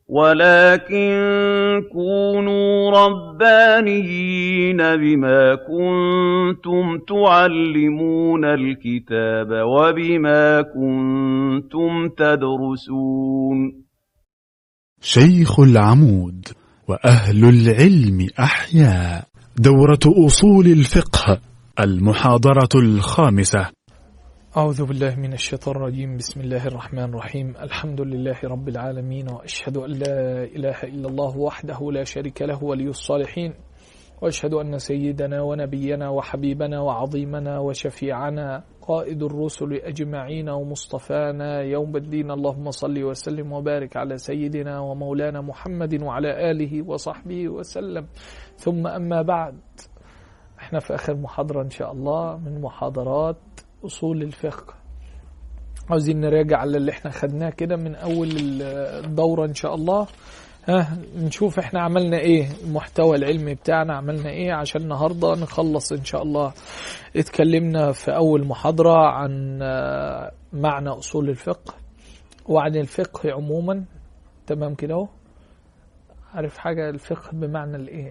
ولكن كونوا ربانيين بما كنتم تعلمون الكتاب وبما كنتم تدرسون. شيخ العمود وأهل العلم أحياء. دورة أصول الفقه، المحاضرة 5. أعوذ بالله من الشيطان الرجيم. بسم الله الرحمن الرحيم. الحمد لله رب العالمين، وأشهد أن لا إله إلا الله وحده لا شريك له ولي الصالحين، وأشهد أن سيدنا ونبينا وحبيبنا وعظيمنا وشفيعنا قائد الرسل أجمعين ومصطفانا يوم الدين، اللهم صل وسلم وبارك على سيدنا ومولانا محمد وعلى آله وصحبه وسلم. ثم أما بعد، احنا في آخر محاضرة إن شاء الله من محاضرات أصول الفقه. عاوزين نراجع على اللي احنا خدناه كده من أول الدورة إن شاء الله. نشوف احنا عملنا ايه، المحتوى العلمي بتاعنا عملنا ايه عشان النهاردة نخلص إن شاء الله. اتكلمنا في أول محاضرة عن معنى أصول الفقه وعن الفقه عموما. تمام كده اهو. عارف حاجة الفقه بمعنى الايه؟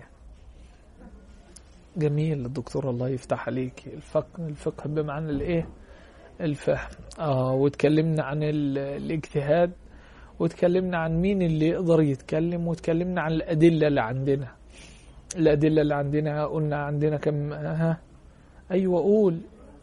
جميل الدكتور، الله يفتح عليك. الفقه بمعنى الايه؟ الفهم. واتكلمنا عن الاجتهاد، واتكلمنا عن مين اللي يقدر يتكلم، واتكلمنا عن الأدلة اللي عندنا. الأدلة اللي عندنا قلنا عندنا كم؟ أيوة قول.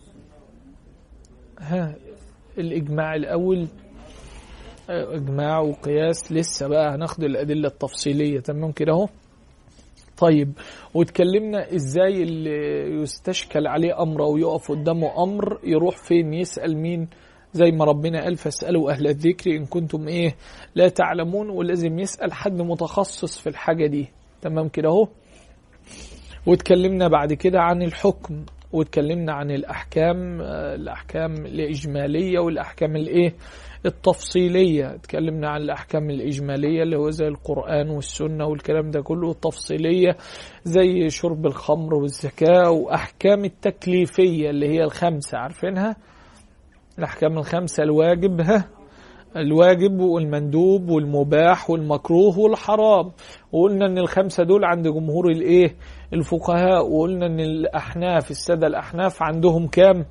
الإجماع الأول، إجماع وقياس. لسه بقى هناخد الأدلة التفصيلية. تمام كده اهو. طيب، واتكلمنا ازاي اللي يستشكل عليه امر او يقف قدامه امر يروح فين؟ يسأل مين؟ زي ما ربنا قال فاسألوا اهل الذكر ان كنتم لا تعلمون، ولازم يسأل حد متخصص في الحاجة دي. تمام كده اهو. واتكلمنا بعد كده عن الحكم، واتكلمنا عن الأحكام الإجمالية والأحكام التفصيلية. اتكلمنا عن الأحكام الإجمالية اللي هو زي القرآن والسنة والكلام ده كله، التفصيلية زي شرب الخمر والزكاة، وأحكام التكليفية اللي هي 5 عارفينها. الأحكام 5: الواجب والمندوب والمباح والمكروه والحرام. وقلنا ان 5 دول عند جمهور الفقهاء. وقلنا ان الأحناف، السادة الأحناف عندهم كام؟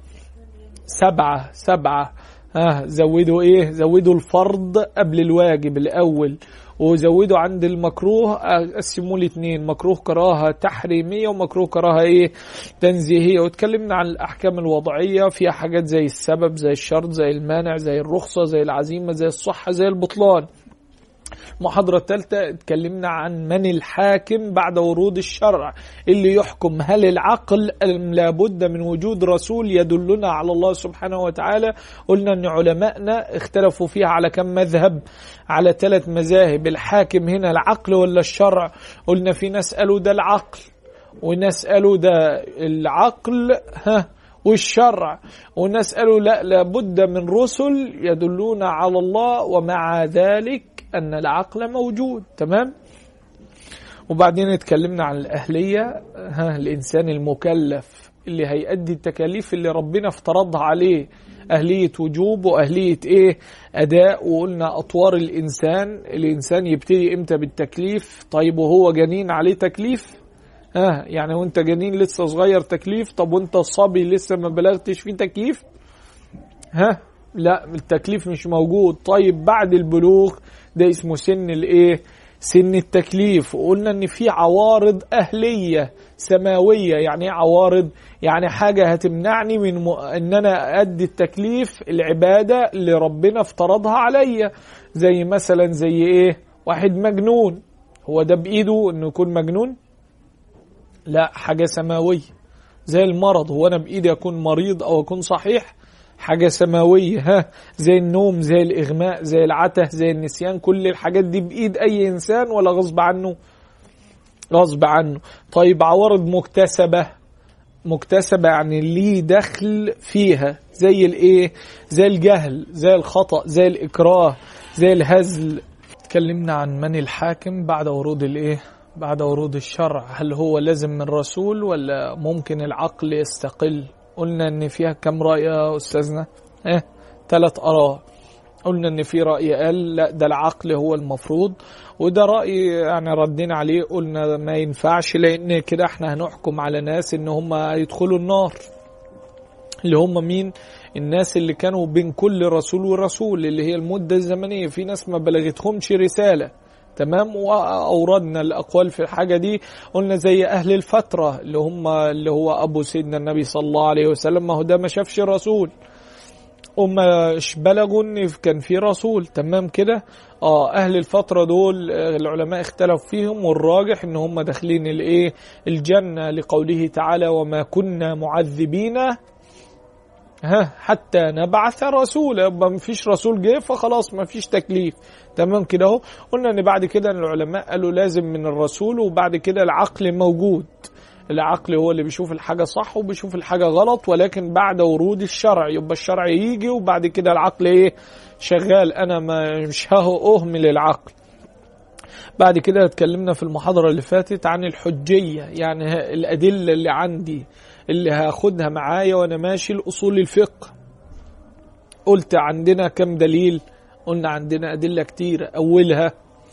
7. زودوا زودوا الفرض قبل الواجب الأول، وزودوا عند المكروه قسموا ل2: مكروه كراهة تحريمية ومكروه كراهة تنزيهية. واتكلمنا عن الأحكام الوضعية، فيها حاجات زي السبب، زي الشرط، زي المانع، زي الرخصة، زي العزيمة، زي الصحة، زي البطلان. المحاضرة الثالثة اتكلمنا عن من الحاكم بعد ورود الشرع، اللي يحكم. هل العقل أم لابد من وجود رسول يدلنا على الله سبحانه وتعالى؟ قلنا أن علماءنا اختلفوا فيها على كم مذهب؟ على 3 مذاهب. الحاكم هنا العقل ولا الشرع؟ قلنا في ناس قالوا ده العقل، وناس قالوا ده العقل والشرع، وناس قالوا لا، لابد من رسل يدلون على الله، ومع ذلك أن العقل موجود. تمام. وبعدين اتكلمنا عن الأهلية، الإنسان المكلف اللي هيأدي التكاليف اللي ربنا افترضها عليه، أهلية وجوب وأهلية أداء. وقلنا أطوار الإنسان يبتدي إمتى بالتكليف؟ طيب وهو جنين عليه تكليف؟ يعني وانت جنين لسه صغير تكليف. طب وانت صبي لسه ما بلغتش فيه تكليف؟ لا، التكليف مش موجود. طيب بعد البلوغ ده اسمه سن التكليف. وقلنا ان في عوارض أهلية سماوية. يعني عوارض؟ يعني حاجة هتمنعني من ان انا ادي التكليف، العبادة اللي ربنا افترضها عليا. زي مثلا واحد مجنون، هو ده بإيده انه يكون مجنون؟ لا، حاجة سماوية. زي المرض، هو انا بإيدي اكون مريض او اكون صحيح؟ حاجة سماوية. زي النوم، زي الإغماء، زي العته، زي النسيان. كل الحاجات دي بإيد أي إنسان ولا غصب عنه؟ غصب عنه. طيب عوارض مكتسبة يعني ليه دخل فيها، زي زي الجهل، زي الخطأ، زي الإكراه، زي الهزل. اتكلمنا عن من الحاكم بعد ورود بعد ورود الشرع. هل هو لازم من رسول ولا ممكن العقل يستقل؟ قلنا ان فيها كم رأي يا أستاذنا؟ 3 آراء. قلنا ان في رأي قال لا ده العقل هو المفروض، وده رأي يعني ردينا عليه قلنا ما ينفعش، لان كده احنا هنحكم على ناس ان هم يدخلوا النار، اللي هم مين؟ الناس اللي كانوا بين كل رسول ورسول، اللي هي المدة الزمنية، في ناس ما بلغتهمش رسالة. تمام. وأوردنا الأقوال في الحاجة دي، قلنا زي أهل الفترة اللي هو أبو سيدنا النبي صلى الله عليه وسلم، ما هو ده ما شافش رسول، وماش بلغوا ان كان في رسول. تمام كده. اهل الفترة دول العلماء اختلفوا فيهم، والراجح ان هم داخلين الجنة، لقوله تعالى وما كنا معذبين حتى نبعث رسولا. ما فيش رسول جه فخلاص ما فيش تكليف. تمام كده اهو. قلنا ان بعد كده العلماء قالوا لازم من الرسول، وبعد كده العقل موجود. العقل هو اللي بيشوف الحاجة صح وبيشوف الحاجة غلط، ولكن بعد ورود الشرع، يبقى الشرع يجي وبعد كده العقل شغال. انا مش اهمل العقل. بعد كده اتكلمنا في المحاضرة اللي فاتت عن الحجية، يعني الأدلة اللي عندي اللي هاخدها معايا وانا ماشي الأصول الفقه. قلت عندنا كم دليل؟ قلنا عندنا أدلة كتير. أولها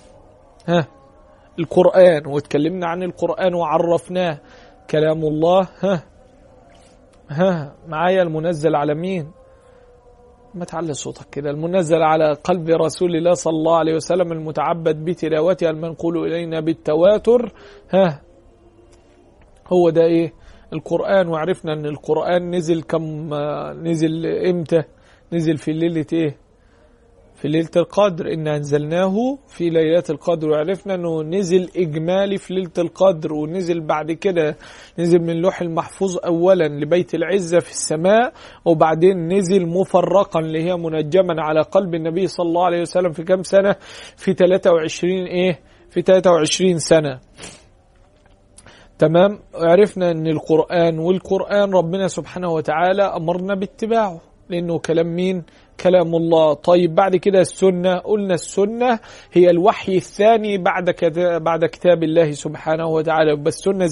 القرآن، واتكلمنا عن القرآن وعرفناه كلام الله. معايا المنزل على مين؟ ما تعلي صوتك كده. المنزل على قلب رسول الله صلى الله عليه وسلم، المتعبد بتلاوته، المنقول إلينا بالتواتر. هو ده القرآن. وعرفنا ان القرآن نزل نزل امتى؟ نزل في ليلة في ليلة القدر. إن أنزلناه في ليلة القدر. وعرفنا أنه نزل إجمالي في ليلة القدر، ونزل بعد كده نزل من اللوح المحفوظ أولا لبيت العزة في السماء، وبعدين نزل مفرقا اللي هي منجما على قلب النبي صلى الله عليه وسلم في كم سنة؟ في 23 في 23 سنة. تمام. عرفنا أن والقرآن ربنا سبحانه وتعالى أمرنا باتباعه، لأنه كلام مين؟ كلام الله. طيب بعد كده السنة. قلنا السنة هي الوحي الثاني بعد كتاب الله سبحانه وتعالى. بس السنة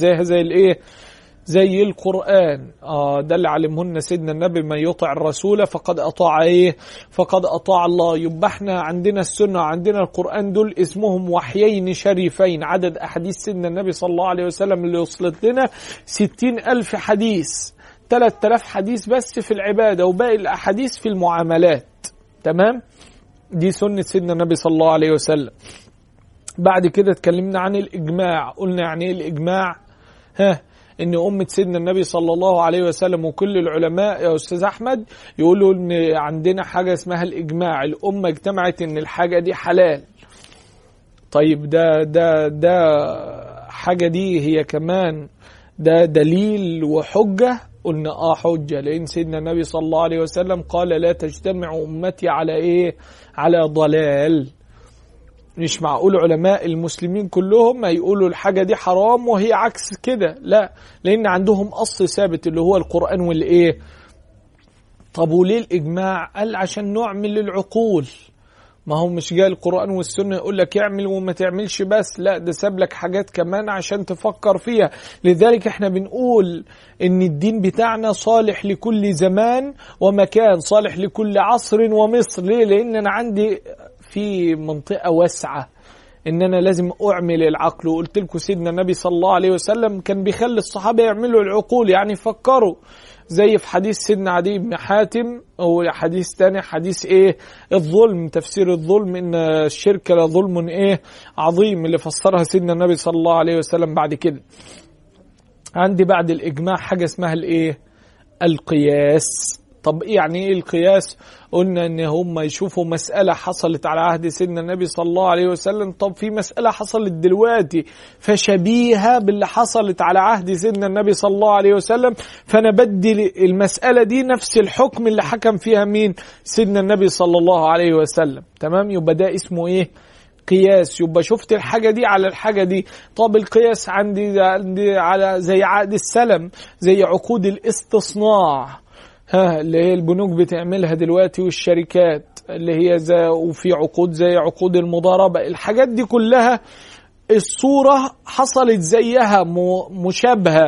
زي القرآن. ده اللي علمهن سيدنا النبي: من يطع الرسول فقد أطاع فقد أطاع الله. يبقى احنا عندنا السنة وعندنا القرآن، دول اسمهم وحيين شريفين. عدد أحاديث سيدنا النبي صلى الله عليه وسلم اللي وصلت لنا 60,000 حديث. 3000 حديث بس في العبادة، وباقي الأحاديث في المعاملات. تمام. دي سنة سيدنا النبي صلى الله عليه وسلم. بعد كده اتكلمنا عن الإجماع. قلنا يعني ايه الإجماع؟ إن أمة سيدنا النبي صلى الله عليه وسلم وكل العلماء يا أستاذ أحمد يقولوا إن عندنا حاجة اسمها الإجماع. الأمة اجتمعت إن الحاجة دي حلال. طيب ده حاجة دي هي كمان ده دليل وحجة؟ قلنا حجة، لأن سيدنا النبي صلى الله عليه وسلم قال لا تجتمع أمتي على على ضلال. مش معقول علماء المسلمين كلهم ما يقولوا الحاجة دي حرام وهي عكس كده، لا، لأن عندهم أصل ثابت اللي هو القرآن طب وليه الإجماع؟ قال عشان نعمل العقول. ما هو مش جاي القرآن والسنة يقول لك اعمل وما تعملش بس، لا، ده ساب لك حاجات كمان عشان تفكر فيها. لذلك احنا بنقول ان الدين بتاعنا صالح لكل زمان ومكان، صالح لكل عصر ومصر. ليه؟ لان انا عندي في منطقة واسعة ان انا لازم اعمل العقل. وقلت لكم سيدنا النبي صلى الله عليه وسلم كان بيخلي الصحابة يعملوا العقول، يعني يفكروا. زي في حديث سيدنا عدي بن حاتم، او حديث تاني، حديث الظلم، تفسير الظلم، ان الشرك لظلم عظيم، اللي فسرها سيدنا النبي صلى الله عليه وسلم. بعد كده عندي بعد الاجماع حاجة اسمها القياس. طب يعني ايه القياس؟ قلنا ان هم يشوفوا مسألة حصلت على عهد سيدنا النبي صلى الله عليه وسلم، طب في مسألة حصلت دلوقتي فشبيهة باللي حصلت على عهد سيدنا النبي صلى الله عليه وسلم، فانا بدي المسألة دي نفس الحكم اللي حكم فيها مين؟ سيدنا النبي صلى الله عليه وسلم. تمام. يبقى ده اسمه قياس. يبقى شفت الحاجة دي على الحاجة دي. طب القياس عندي على زي عقد السلم، زي عقود الاستصناع اللي هي البنوك بتعملها دلوقتي، والشركات اللي هي وفي عقود زي عقود المضاربة. الحاجات دي كلها الصورة حصلت زيها مشابهة،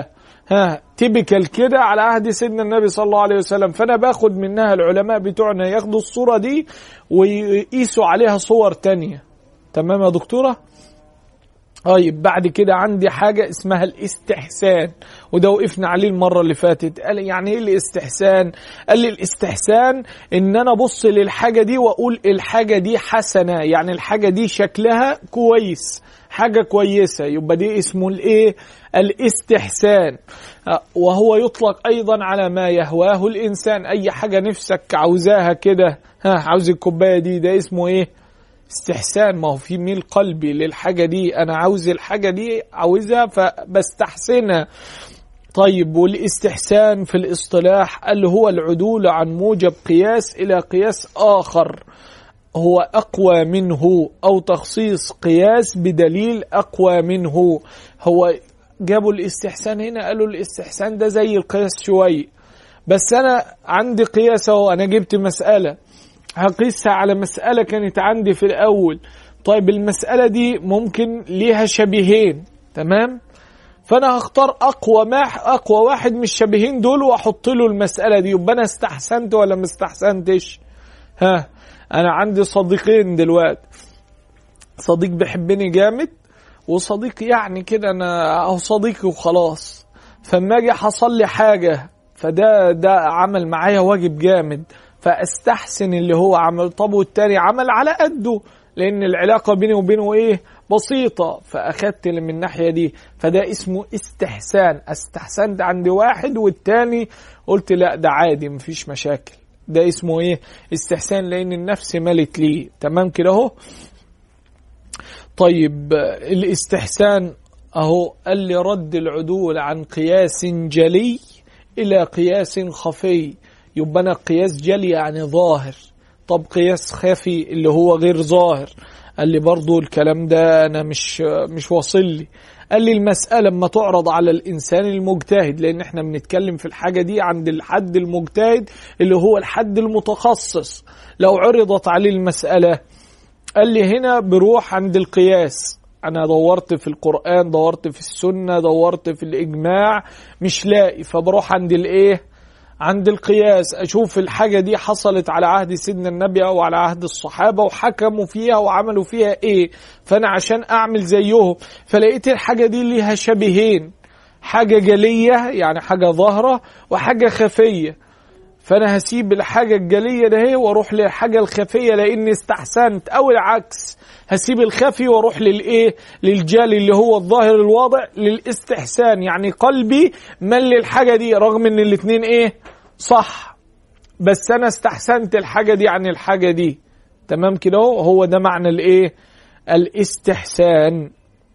تيبيكال كده على عهد سيدنا النبي صلى الله عليه وسلم. فأنا باخد منها العلماء بتوعنا ياخدوا الصورة دي ويقيسوا عليها صور تانية. تمام يا دكتورة؟ طيب بعد كده عندي حاجة اسمها الاستحسان، وده وقفنا عليه المرة اللي فاتت. قال يعني ايه الاستحسان؟ قال لي الاستحسان ان انا ابص للحاجة دي واقول الحاجة دي حسنة، يعني الحاجة دي شكلها كويس، حاجة كويسة، يبقى دي اسمه الايه؟ الاستحسان. وهو يطلق ايضا على ما يهواه الانسان، اي حاجة نفسك عاوزاها كده، عاوز الكوباية دي، ده اسمه ايه؟ استحسان. ما هو في ميل قلبي للحاجة دي، أنا عاوز الحاجة دي، عاوزها فبستحسنها. طيب والاستحسان في الاصطلاح قال هو العدول عن موجب قياس إلى قياس آخر هو أقوى منه، أو تخصيص قياس بدليل أقوى منه. هو جابوا الاستحسان هنا، قالوا الاستحسان ده زي القياس شوية، بس أنا عندي قياس اهو، أنا جبت مسألة هقيسها على مسألة كانت عندي في الأول. طيب المسألة دي ممكن ليها شبيهين، تمام؟ فأنا هختار أقوى واحد من الشبيهين دول وأحط له المسألة دي، يبقى أنا استحسنت ولا ما استحسنتش؟ أنا عندي صديقين دلوقتي، صديق بيحبني جامد، وصديق يعني كده أنا أهو صديقي وخلاص. فما أجي حصل لي حاجة، فده عمل معايا واجب جامد، فاستحسن اللي هو عمل. طب والتاني عمل على قده، لان العلاقة بيني وبينه ايه؟ بسيطة، فاخدت من الناحية دي، فده اسمه استحسان. استحسنت عند واحد والتاني قلت لا ده عادي مفيش مشاكل، ده اسمه ايه؟ استحسان، لان النفس ملت ليه. تمام كده اهو. طيب الاستحسان اهو قال لي رد العدول عن قياس جلي الى قياس خفي. يبقى أنا قياس جلي يعني ظاهر، طب قياس خفي اللي هو غير ظاهر. قال لي برضو الكلام ده أنا مش واصل لي. قال لي المسألة لما تعرض على الإنسان المجتهد، لأن احنا بنتكلم في الحاجة دي عند الحد المجتهد اللي هو الحد المتخصص، لو عرضت عليه المسألة قال لي هنا بروح عند القياس. أنا دورت في القرآن، دورت في السنة، دورت في الإجماع، مش لاقي، فبروح عند الإيه؟ عند القياس، أشوف الحاجة دي حصلت على عهد سيدنا النبي أو على عهد الصحابة وحكموا فيها وعملوا فيها إيه، فأنا عشان أعمل زيهم فلقيت الحاجة دي ليها شبيهين، حاجة جلية يعني حاجة ظاهرة وحاجة خفية، فأنا هسيب الحاجة الجلية ده وأروح للحاجة الخفية لأني استحسنت، أو العكس هسيب الخفي وأروح للإيه؟ للجالي اللي هو الظاهر الواضح، للاستحسان، يعني قلبي مل للحاجة دي رغم إن الاتنين إيه؟ صح، بس أنا استحسنت الحاجة دي عن الحاجة دي. تمام كده هو ده معنى الإيه؟ الاستحسان.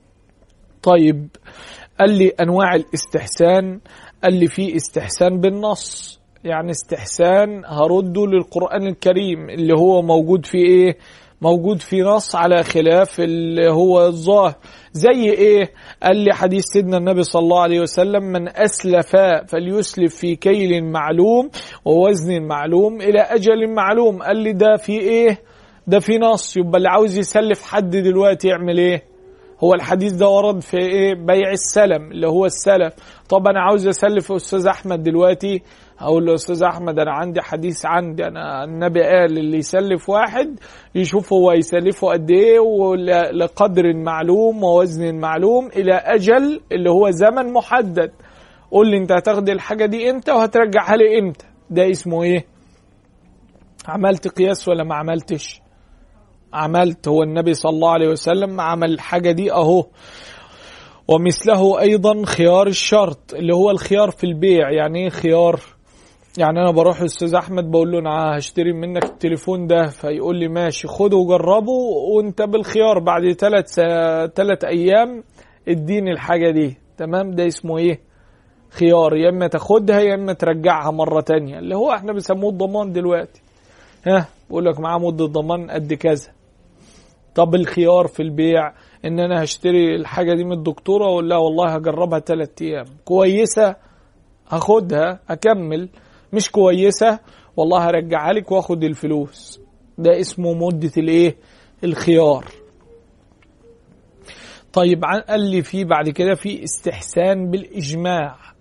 طيب قال لي أنواع الاستحسان، قال لي في استحسان بالنص، يعني استحسان هرده للقرآن الكريم اللي هو موجود في ايه؟ موجود في نص على خلاف اللي هو الظاهر. زي ايه؟ قال لي حديث سيدنا النبي صلى الله عليه وسلم من أسلف فليسلف في كيل معلوم ووزن معلوم إلى أجل معلوم. قال لي ده في ايه؟ ده في نص، يبقى اللي عاوز يسلف حد دلوقتي يعمل ايه؟ هو الحديث ده ورد في ايه؟ بيع السلم اللي هو السلف. طب انا عاوز اسلف استاذ احمد دلوقتي، اقول له استاذ احمد انا عندي حديث، انا النبي قال اللي يسلف واحد يشوف هو يسلفه قد ايه ولقدر معلوم ووزن معلوم الى اجل اللي هو زمن محدد. قول لي انت هتاخد الحاجة دي امتى وهترجعها لي امتى. ده اسمه ايه؟ عملت قياس ولا ما عملتش؟ عملت. هو النبي صلى الله عليه وسلم عمل الحاجة دي اهو. ومثله ايضا خيار الشرط اللي هو الخيار في البيع. يعني ايه خيار؟ يعني انا بروح للاستاذ احمد بقول له انا هشتري منك التليفون ده، فيقول لي ماشي خده وجربه وانت بالخيار بعد 3 ايام اديني الحاجة دي. تمام، ده اسمه ايه؟ خيار. يا اما تاخدها يا اما ترجعها مرة تانية، اللي هو احنا بنسموه الضمان دلوقتي. بقول لك معاه مدة ضمان قد كذا. طب الخيار في البيع ان انا هشتري الحاجة دي من الدكتورة واقول لها والله هجربها 3 ايام، كويسة هاخدها اكمل، مش كويسة والله هرجعها لك واخد الفلوس. ده اسمه مدة الايه؟ الخيار. طيب قال لي في بعد كده في استحسان بالاجماع.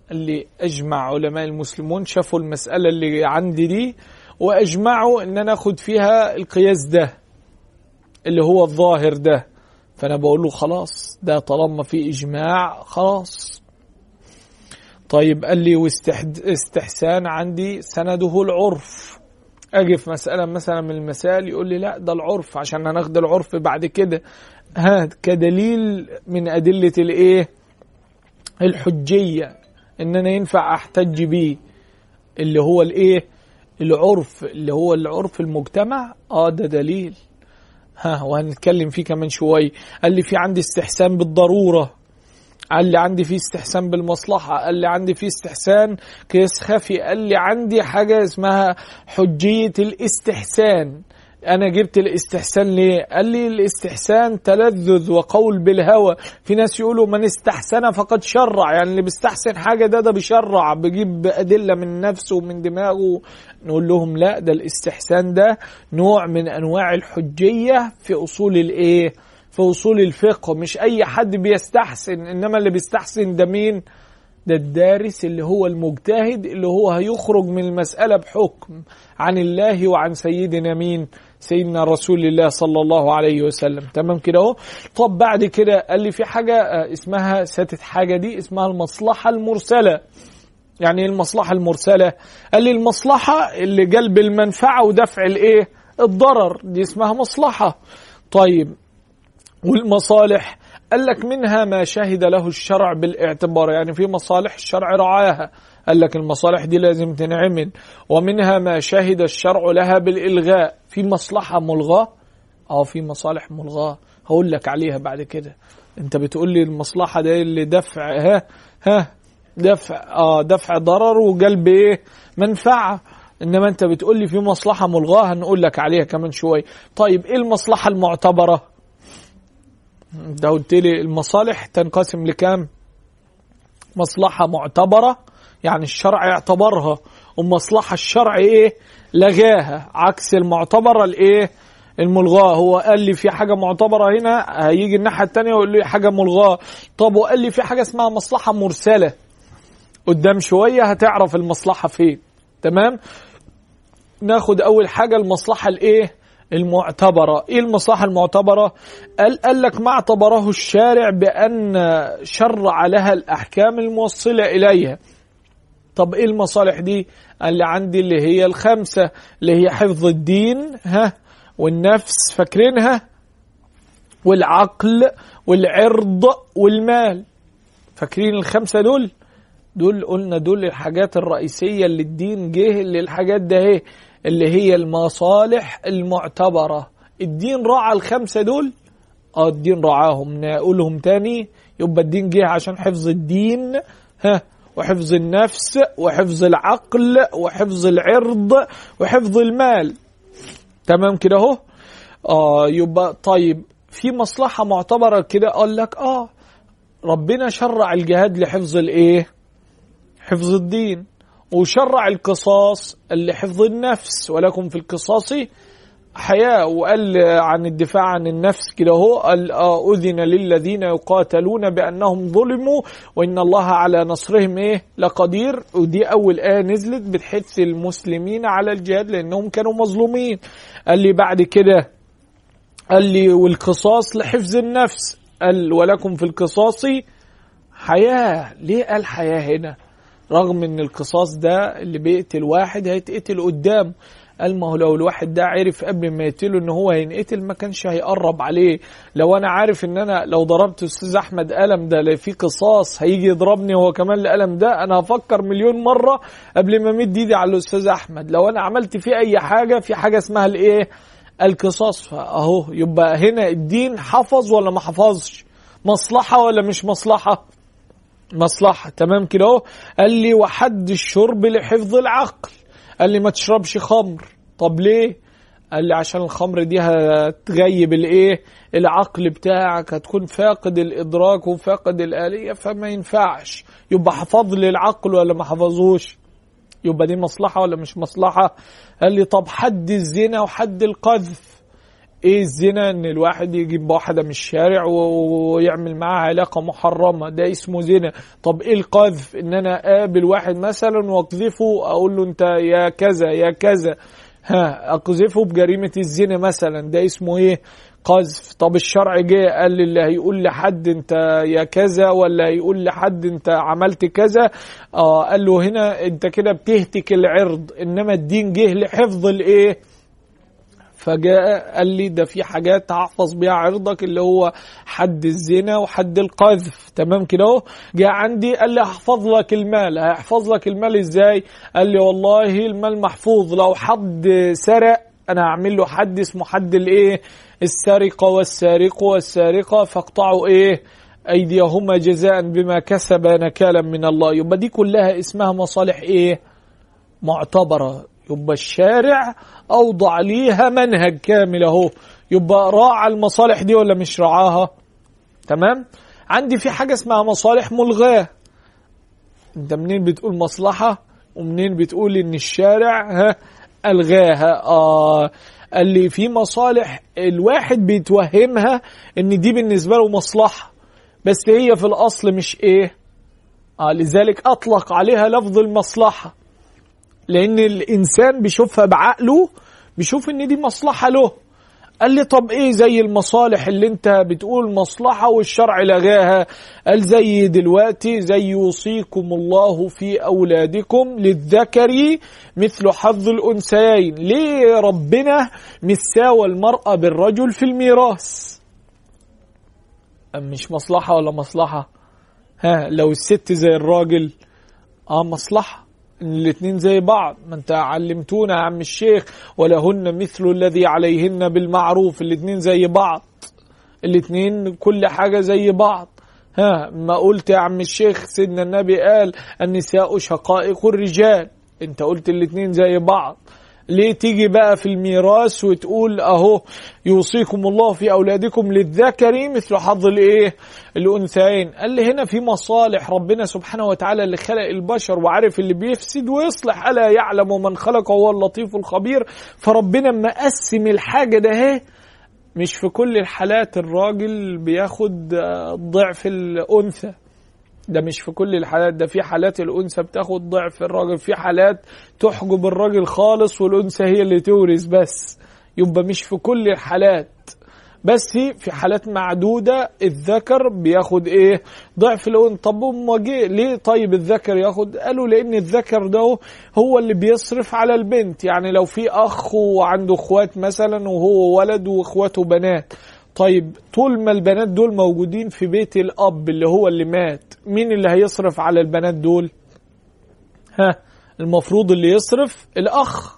اللي أجمع علماء المسلمون شافوا المسألة اللي عندي دي وأجمعوا إن أنا أخذ فيها القياس ده اللي هو الظاهر ده. فأنا بقول له خلاص ده طالما في إجماع خلاص. طيب قال لي واستحسان عندي سنده العرف. أجي في مسألة مثلا من المسائل يقول لي لا ده العرف عشان هناخد العرف بعد كده كدليل من أدلة الإيه الحجية إن أنا ينفع أحتج بيه اللي هو الإيه العرف اللي هو العرف المجتمع. ده دليل وهنتكلم فيه كمان شوية. قال لي في عندي استحسان بالضرورة، قال لي عندي فيه استحسان بالمصلحة، قال لي عندي فيه استحسان قياس خفي، قال لي عندي حاجة اسمها حجية الاستحسان. أنا جبت الاستحسان ليه؟ قال لي الاستحسان تلذذ وقول بالهوى. في ناس يقولوا من استحسن فقد شرع، يعني اللي بيستحسن حاجة ده بيشرع بيجيب أدلة من نفسه ومن دماغه. نقول لهم لا، ده الاستحسان ده نوع من أنواع الحجية في أصول الإيه؟ في أصول الفقه. مش أي حد بيستحسن، إنما اللي بيستحسن ده مين؟ ده الدارس اللي هو المجتهد اللي هو هيخرج من المسألة بحكم عن الله وعن سيدنا مين؟ سيدنا رسول الله صلى الله عليه وسلم. تمام كده اهو. طب بعد كده قال لي في حاجة اسمها ساتت حاجة دي اسمها المصلحة المرسلة. يعني ايه المصلحة المرسلة؟ قال لي المصلحة اللي جلب المنفعة ودفع الايه؟ الضرر، دي اسمها مصلحة. طيب والمصالح قال لك منها ما شهد له الشرع بالاعتبار، يعني في مصالح الشرع رعاها، قال لك المصالح دي لازم تنعمل. ومنها ما شهد الشرع لها بالإلغاء، في مصلحة ملغاة. في مصالح ملغاة هقول لك عليها بعد كده. انت بتقول لي المصلحة ده اللي دفع دفع ضرر وجلب ايه؟ منفعة. انما انت بتقول لي في مصلحة ملغاة هنقول لك عليها كمان شوية. طيب ايه المصلحة المعتبرة؟ ده قلت لي المصالح تنقسم لكام؟ مصلحة معتبرة يعني الشرع يعتبرها، ومصلحة الشرع ايه؟ لغاها، عكس المعتبرة الايه؟ الملغاة. هو قال لي في حاجة معتبرة هنا، هيجي الناحية التانية ويقول لي حاجة ملغاة. طب وقال لي في حاجة اسمها مصلحة مرسلة، قدام شوية هتعرف المصلحة فين. تمام. ناخد اول حاجة المصلحة الايه؟ المعتبرة. ايه المصلحة المعتبرة؟ قال لك ما اعتبره الشارع بأن شرع لها الأحكام الموصلة إليها. طب ايه المصالح دي؟ قال لي عندي اللي هي الخمسة، اللي هي حفظ الدين والنفس، فاكرينها؟ والعقل والعرض والمال. فاكرين الخمسة دول قلنا دول الحاجات الرئيسية اللي الدين جه للحاجات ده ايه؟ اللي هي المصالح المعتبرة. الدين راعى الخمسة دول؟ الدين رعاهم. نقولهم تاني. يبقى الدين جه عشان حفظ الدين وحفظ النفس وحفظ العقل وحفظ العرض وحفظ المال. تمام كده اهو. يبقى طيب في مصلحة معتبرة كده. قال لك ربنا شرع الجهاد لحفظ الايه؟ حفظ الدين. وشرع القصاص لحفظ النفس، ولكم في القصاص حياة. وقال عن الدفاع عن النفس كده هو قال أذن للذين يقاتلون بأنهم ظلموا وإن الله على نصرهم لقدير. ودي أول آية نزلت بتحث المسلمين على الجهاد لأنهم كانوا مظلومين. قال لي بعد كده قال لي والقصاص لحفظ النفس، قال ولكم في القصاص حياة. ليه قال حياة هنا؟ رغم ان القصاص ده اللي بيقتل واحد هيتقتل قدام. قال ما هو لو الواحد ده عرف قبل ما يقتله ان هو هينقتل ما كانش هيقرب عليه. لو انا عارف ان انا لو ضربت استاذ احمد قلم ده في قصاص هيجي يضربني هو كمان القلم ده، انا هفكر مليون مرة قبل ما امد ايدي على الاستاذ احمد. لو انا عملت فيه اي حاجة، في حاجة اسمها القصاص. فاهو يبقى هنا الدين حفظ ولا ما حفظش؟ مصلحة ولا مش مصلحة؟ مصلحة. تمام كده اهو. قال لي وحد الشرب لحفظ العقل. قال لي ما تشربش خمر. طب ليه؟ قال لي عشان الخمر دي هتغيب العقل بتاعك، هتكون فاقد الإدراك وفاقد الآلية فما ينفعش. يبقى حفظ لي العقل ولا ما حفظوش؟ يبقى دي مصلحة ولا مش مصلحة؟ قال لي طب حد الزنا وحد القذف، ايه الزنا؟ ان الواحد يجيب واحدة من الشارع ويعمل معاها علاقة محرمة، ده اسمه زنا. طب ايه القذف؟ ان انا اقابل واحد مثلا واقذفه، اقول له انت يا كذا يا كذا، اقذفه بجريمة الزنا مثلا، ده اسمه ايه؟ قذف. طب الشرع جه قال لي اللي هيقول لحد انت يا كذا ولا هيقول لحد انت عملت كذا، قال له هنا انت كده بتهتك العرض، انما الدين جه لحفظ الايه؟ فجاء قال لي ده في حاجات هحفظ بيها عرضك، اللي هو حد الزنا وحد القذف، تمام كده اهو. جاء عندي قال لي هحفظ لك المال. هيحفظ لك المال ازاي؟ قال لي والله المال محفوظ، لو حد سرق انا هعمل له حد اسمه حد الايه؟ السرقة، والسارق والسارقة فاقطعوا ايه؟ ايديهما جزاء بما كسب نكالا من الله. يبقى دي كلها اسمها مصالح ايه؟ معتبرة. يبقى الشارع اوضع ليها منهج كامل اهو. يبقى راعى المصالح دي ولا مش راعاها؟ تمام. عندي في حاجة اسمها مصالح ملغاة. انت منين بتقول مصلحة ومنين بتقول ان الشارع الغاها؟ قال لي في مصالح الواحد بيتوهمها ان دي بالنسبة له مصلحة، بس هي في الاصل مش ايه. لذلك اطلق عليها لفظ المصلحة، لان الانسان بيشوفها بعقله، بيشوف ان دي مصلحة له. قال لي طب ايه زي المصالح اللي انت بتقول مصلحة والشرع لغاها؟ قال زي دلوقتي زي يوصيكم الله في اولادكم للذكر مثل حظ الانثيين. ليه ربنا مساوى المرأة بالرجل في الميراث؟ مش مصلحة ولا مصلحة؟ لو الست زي الراجل مصلحة، الاتنين زي بعض. ما انت علمتونا يا عم الشيخ ولهن مثل الذي عليهن بالمعروف، الاتنين زي بعض، الاتنين كل حاجة زي بعض. ما قلت يا عم الشيخ سيدنا النبي قال النساء شقائق الرجال، انت قلت الاتنين زي بعض. ليه تيجي بقى في الميراث وتقول اهو يوصيكم الله في اولادكم للذكر مثل حظ الايه؟ الانثيين. قال لي هنا في مصالح ربنا سبحانه وتعالى اللي خلق البشر وعارف اللي بيفسد ويصلح، الا يعلم من خلق وهو اللطيف الخبير. فربنا مقسم الحاجه ده مش في كل الحالات الراجل بياخد ضعف الانثى، ده مش في كل الحالات، ده في حالات الأنثى بتاخد ضعف الراجل، في حالات تحجب الراجل خالص والأنثى هي اللي تورث بس. يبقى مش في كل الحالات، بس في حالات معدودة الذكر بياخد ايه؟ ضعف الأنثى. طب ليه طيب الذكر ياخد؟ قالوا لأن الذكر ده هو اللي بيصرف على البنت. يعني لو في أخ وعنده اخوات مثلا وهو ولد واخواته بنات، طيب طول ما البنات دول موجودين في بيت الأب اللي هو اللي مات، مين اللي هيصرف على البنات دول؟ المفروض اللي يصرف الأخ.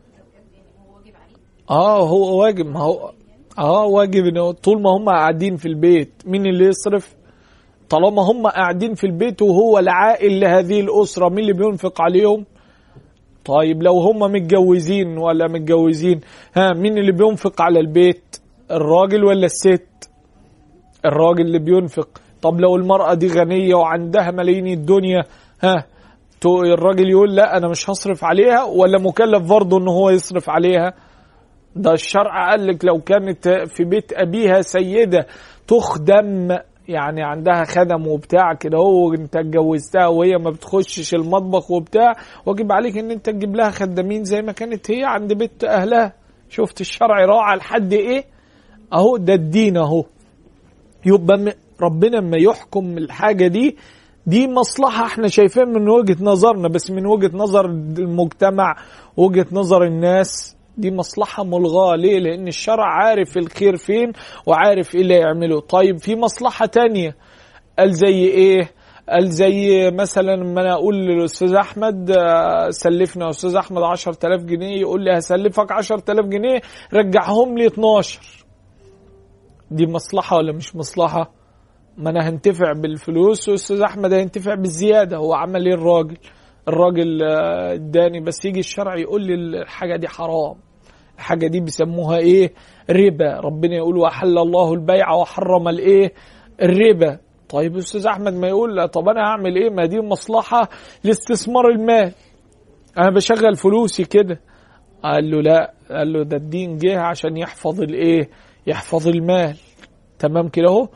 هو واجب. ما هو واجب إنه طول ما هم قاعدين في البيت مين اللي يصرف؟ طالما هم قاعدين في البيت وهو العائل لهذه الأسرة، مين اللي بينفق عليهم؟ طيب لو هم متجوزين ولا متجوزين، مين اللي بينفق على البيت؟ الراجل ولا الست؟ الراجل اللي بينفق. طب لو المرأة دي غنية وعندها ملايين الدنيا، الراجل يقول لا أنا مش هصرف عليها، ولا مكلف برضه إنه هو يصرف عليها؟ ده الشرع قال لك لو كانت في بيت أبيها سيدة تخدم، يعني عندها خدم وبتاع كده، هو انت اتجوزتها وهي ما بتخشش المطبخ وبتاع، واجب عليك ان انت تجيب لها خدامين زي ما كانت هي عند بيت أهلها. شفت الشرع راعى لحد ايه؟ اهو ده الدين اهو. يبقى ربنا ما يحكم الحاجة دي مصلحة احنا شايفين من وجهة نظرنا، بس من وجهة نظر المجتمع وجهة نظر الناس دي مصلحة ملغاة. ليه؟ لأن الشرع عارف الخير فين وعارف ايه اللي يعمله. طيب في مصلحة تانية، قال زي ايه؟ قال زي مثلا ما انا اقول للأستاذ أحمد سلفنا يا أستاذ أحمد 10,000 جنيه، يقول لي هسلفك 10,000 جنيه رجعهم لي 12. دي مصلحة ولا مش مصلحة؟ ما انا هنتفع بالفلوس واستاذ احمد هينتفع بالزيادة. هو عمل ايه الراجل اداني، بس يجي الشرع يقول لي الحاجة دي حرام، الحاجة دي بيسموها ايه؟ ربا. ربنا يقول وحل الله البيع وحرم الايه؟ الربا. طيب استاذ احمد ما يقول لا، طب انا هعمل ايه؟ ما دي مصلحة لاستثمار المال، انا بشغل فلوسي كده. قال له لا، قال له ده الدين جه عشان يحفظ الايه، يحفظ المال. تمام كده اهو.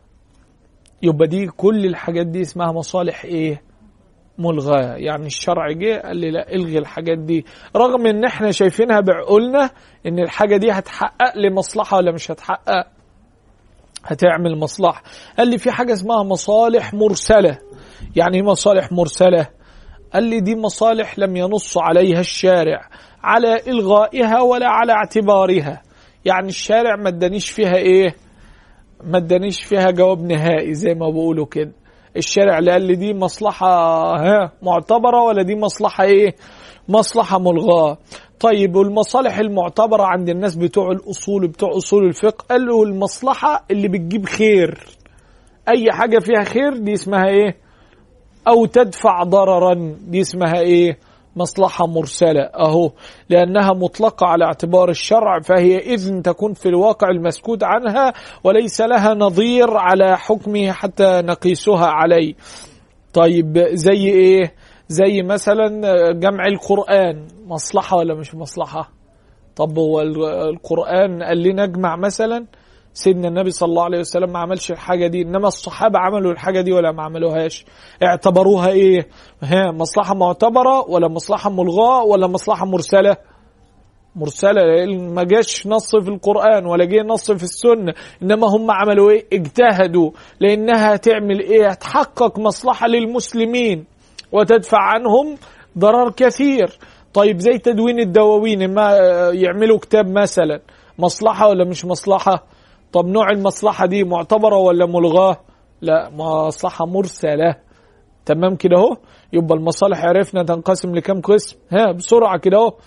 يبقى دي كل الحاجات دي اسمها مصالح ايه، ملغاة. يعني الشرع جه قال لي لا الغي الحاجات دي، رغم ان احنا شايفينها بعقولنا ان الحاجة دي هتحقق لي مصلحة ولا مش هتحقق، هتعمل مصلحة. قال لي في حاجة اسمها مصالح مرسلة. يعني ايه مصالح مرسلة؟ قال لي دي مصالح لم ينص عليها الشارع على إلغائها ولا على اعتبارها. يعني الشارع ما ادانيش فيها ايه، ما ادانيش فيها جواب نهائي زي ما بقولوا كده. الشارع اللي قال لي دي مصلحة معتبرة ولا دي مصلحة ايه، مصلحة ملغاة. طيب والمصالح المعتبرة عند الناس بتوع الأصول، بتوع أصول الفقه، قالوا المصلحة اللي بتجيب خير، أي حاجة فيها خير دي اسمها ايه، أو تدفع ضررا دي اسمها ايه، مصلحة مرسلة. أهو لأنها مطلقة على اعتبار الشرع، فهي إذن تكون في الواقع المسكوت عنها وليس لها نظير على حكمه حتى نقيسها عليه. طيب زي إيه؟ زي مثلا جمع القرآن، مصلحة ولا مش مصلحة؟ طب هو القرآن قال لنا اجمع مثلا، سيدنا النبي صلى الله عليه وسلم ما عملش الحاجة دي، إنما الصحابة عملوا الحاجة دي ولا ما عملوهاش؟ اعتبروها إيه؟ مصلحة معتبرة ولا مصلحة ملغاة ولا مصلحة مرسلة؟ مرسلة، ما جاش نص في القرآن ولا جاء نص في السنة، إنما هم عملوا إيه؟ اجتهدوا لأنها تعمل إيه؟ تحقق مصلحة للمسلمين وتدفع عنهم ضرر كثير. طيب زي تدوين الدواوين، ما يعملوا كتاب مثلا، مصلحة ولا مش مصلحة؟ طب نوع المصلحة دي معتبرة ولا ملغاة؟ لا، مصلحة مرسلة. تمام كده اهو. يبقى المصالح عرفنا تنقسم لكم قسم، بسرعة كده اهو.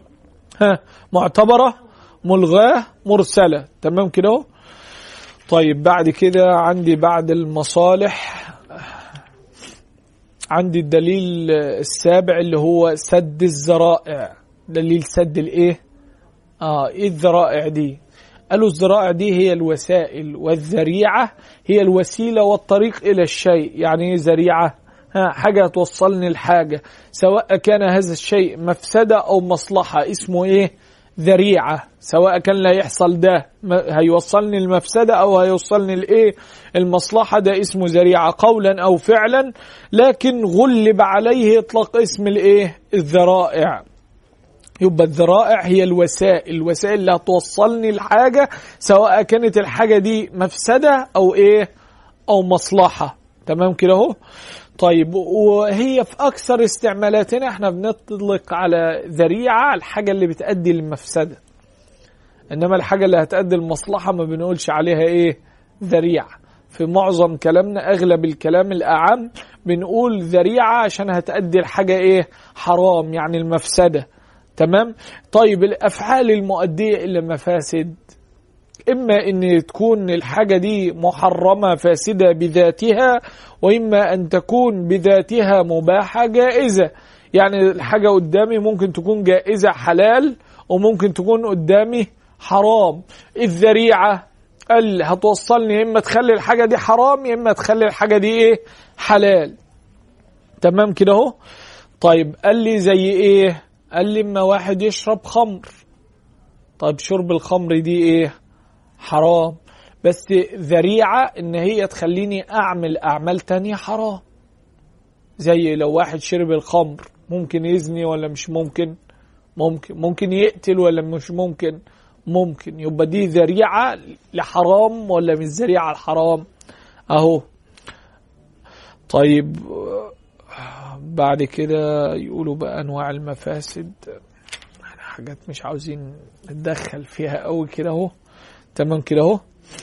معتبرة، ملغاة، مرسلة. تمام كده اهو. طيب بعد كده عندي بعد المصالح عندي الدليل السابع اللي هو سد الذرائع. دليل سد الايه؟ ايه الذرائع دي؟ قالوا الذرائع دي هي الوسائل، والذريعة هي الوسيلة والطريق إلى الشيء. يعني ايه ذريعة؟ حاجة توصلني لحاجة، سواء كان هذا الشيء مفسدة أو مصلحة، اسمه ايه؟ ذريعة. سواء كان لا يحصل ده هيوصلني المفسدة أو هيوصلني الايه؟ المصلحة، ده اسمه ذريعة قولا أو فعلا، لكن غلب عليه إطلاق اسم الايه؟ الذرائع. يبقى الذرائع هي الوسائل، الوسائل اللي هتوصلني لحاجة، سواء كانت الحاجة دي مفسدة أو إيه؟ أو مصلحة. تمام كده اهو. طيب وهي في أكثر استعمالاتنا احنا بنطلق على ذريعة الحاجة اللي بتؤدي للمفسدة، إنما الحاجة اللي هتؤدي للمصلحة ما بنقولش عليها إيه؟ ذريعة. في معظم كلامنا، أغلب الكلام الأعم، بنقول ذريعة عشان هتؤدي الحاجة إيه؟ حرام، يعني المفسدة. تمام. طيب الأفعال المؤدية إلى مفاسد، إما أن تكون الحاجة دي محرمة فاسدة بذاتها، وإما أن تكون بذاتها مباحة جائزة. يعني الحاجة قدامي ممكن تكون جائزة حلال، وممكن تكون قدامي حرام. الذريعة قال هتوصلني إما تخلي الحاجة دي حرام، إما تخلي الحاجة دي إيه؟ حلال. تمام كده اهو. طيب قال لي زي إيه؟ قال لي اما واحد يشرب خمر، طيب شرب الخمر دي ايه؟ حرام، بس ذريعة ان هي تخليني اعمل اعمال تانية حرام. زي لو واحد شرب الخمر ممكن يزني ولا مش ممكن؟ ممكن يقتل ولا مش ممكن؟ ممكن. يبقى دي ذريعة لحرام ولا مش ذريعة الحرام؟ اهو. طيب بعد كده يقولوا بقى انواع المفاسد، حاجات مش عاوزين نتدخل فيها قوي كده اهو. تمام كده اهو.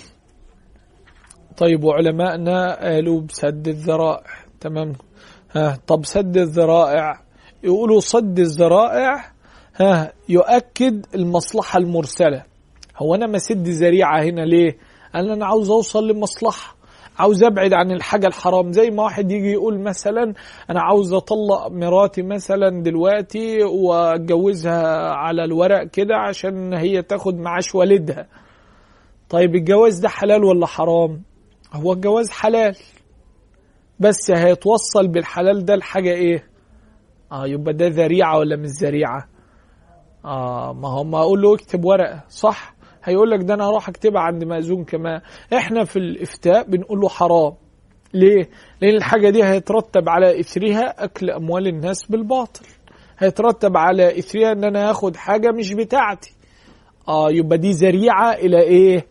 طيب وعلماءنا قالوا بسد الذرائع. تمام. طب سد الذرائع، يقولوا صد الذرائع يؤكد المصلحة المرسلة. هو انا ما سد ذريعة هنا ليه؟ انا عاوز اوصل لمصلحة، عاوز ابعد عن الحاجة الحرام. زي ما واحد يجي يقول مثلا انا عاوز اطلق مراتي مثلا دلوقتي واتجوزها على الورق كده عشان هي تاخد معاش والدها. طيب الجواز ده حلال ولا حرام؟ هو الجواز حلال، بس هيتوصل بالحلال ده لحاجة ايه؟ يبقى ده ذريعة ولا مش ذريعة؟ ما هم اقول له اكتب ورقة صح، هيقول لك ده انا هروح اكتبها عند مأذون كمان. احنا في الافتاء بنقول له حرام. ليه؟ لان الحاجة دي هيترتب على اثرها اكل اموال الناس بالباطل، هيترتب على اثرها ان انا اخد حاجة مش بتاعتي. يبقى دي ذريعة الى ايه؟